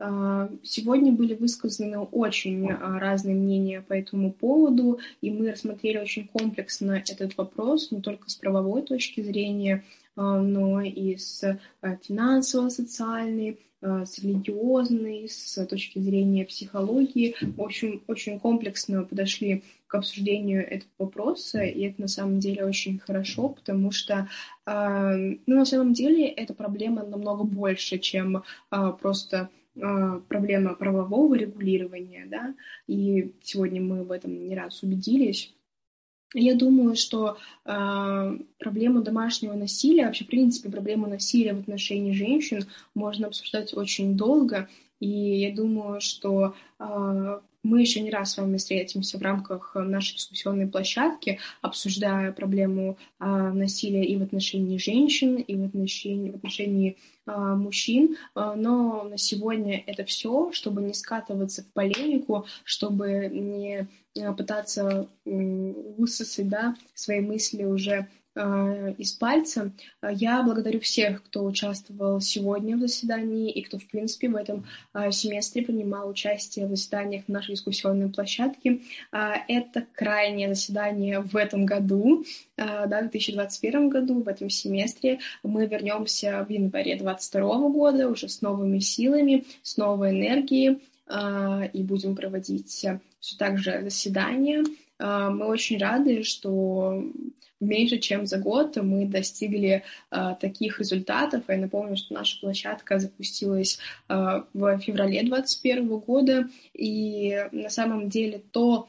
Сегодня были высказаны очень разные мнения по этому поводу, и мы рассмотрели очень комплексно этот вопрос, не только с правовой точки зрения, но и с финансово-социальной, с религиозной, с точки зрения психологии. Очень, очень комплексно подошли к обсуждению этого вопроса, и это на самом деле очень хорошо, потому что ну, на самом деле эта проблема намного больше, чем просто проблема правового регулирования, да, и сегодня мы в этом не раз убедились. Я думаю, что э, проблему домашнего насилия, вообще, в принципе, проблему насилия в отношении женщин можно обсуждать очень долго, и я думаю, что э, мы еще не раз с вами встретимся в рамках нашей дискуссионной площадки, обсуждая проблему э, насилия и в отношении женщин, и в отношении, в отношении э, мужчин, э, но на сегодня это все, чтобы не скатываться в полемику, чтобы не пытаться высосать, да, свои мысли уже э, из пальца. Я благодарю всех, кто участвовал сегодня в заседании и кто, в принципе, в этом э, семестре принимал участие в заседаниях нашей дискуссионной площадки. Э, это крайнее заседание в этом году, э, да, в две тысячи двадцать первом году, в этом семестре. Мы вернемся в январе двадцать второго года уже с новыми силами, с новой энергией, э, и будем проводить все так же заседания. Мы очень рады, что меньше чем за год мы достигли таких результатов. Я напомню, что наша площадка запустилась в феврале двадцать первого года, и на самом деле то,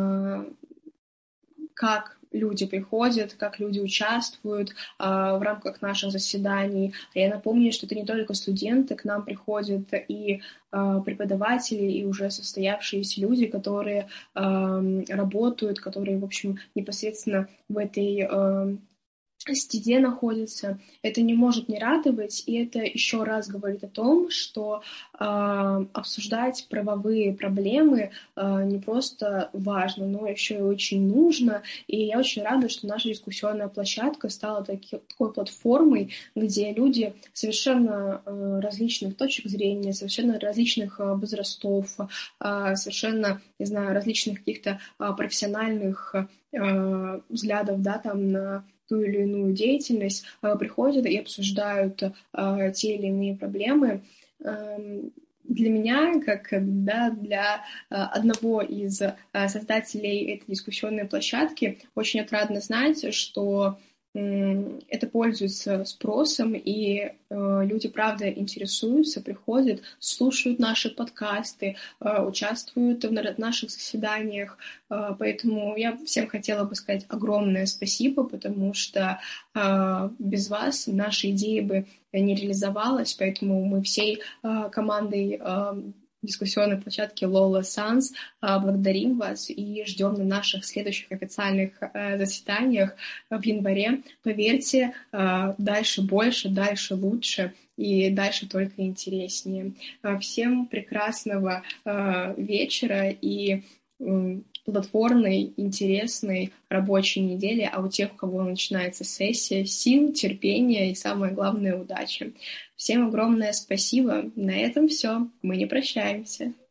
как люди приходят, как люди участвуют э, в рамках наших заседаний. Я напомню, что это не только студенты, к нам приходят и э, преподаватели, и уже состоявшиеся люди, которые э, работают, которые, в общем, непосредственно в этой э, стезе находятся. Это не может не радовать, и это еще раз говорит о том, что э, обсуждать правовые проблемы э, не просто важно, но еще и очень нужно. И я очень рада, что наша дискуссионная площадка стала таки, такой платформой, где люди совершенно э, различных точек зрения, совершенно различных э, возрастов, э, совершенно, не знаю, различных каких-то э, профессиональных э, взглядов, да, там на ту или иную деятельность, приходят и обсуждают э, те или иные проблемы. Э, для меня, как да, для э, одного из э, создателей этой дискуссионной площадки, очень отрадно знать, что э, это пользуется спросом, и э, люди, правда, интересуются, приходят, слушают наши подкасты, э, участвуют в наших заседаниях. Э, поэтому я всем хотела бы сказать огромное спасибо, потому что э, без вас наши идеи бы не реализовалась, поэтому мы всей э, командой э, дискуссионной площадки Lola Sans э, благодарим вас и ждем на наших следующих официальных э, заседаниях в январе. Поверьте, э, дальше больше, дальше лучше и дальше только интереснее. Э, всем прекрасного э, вечера и э, плодотворной, интересной рабочей недели, а у тех, у кого начинается сессия, сил, терпения и, самое главное, удачи. Всем огромное спасибо. На этом все. Мы не прощаемся.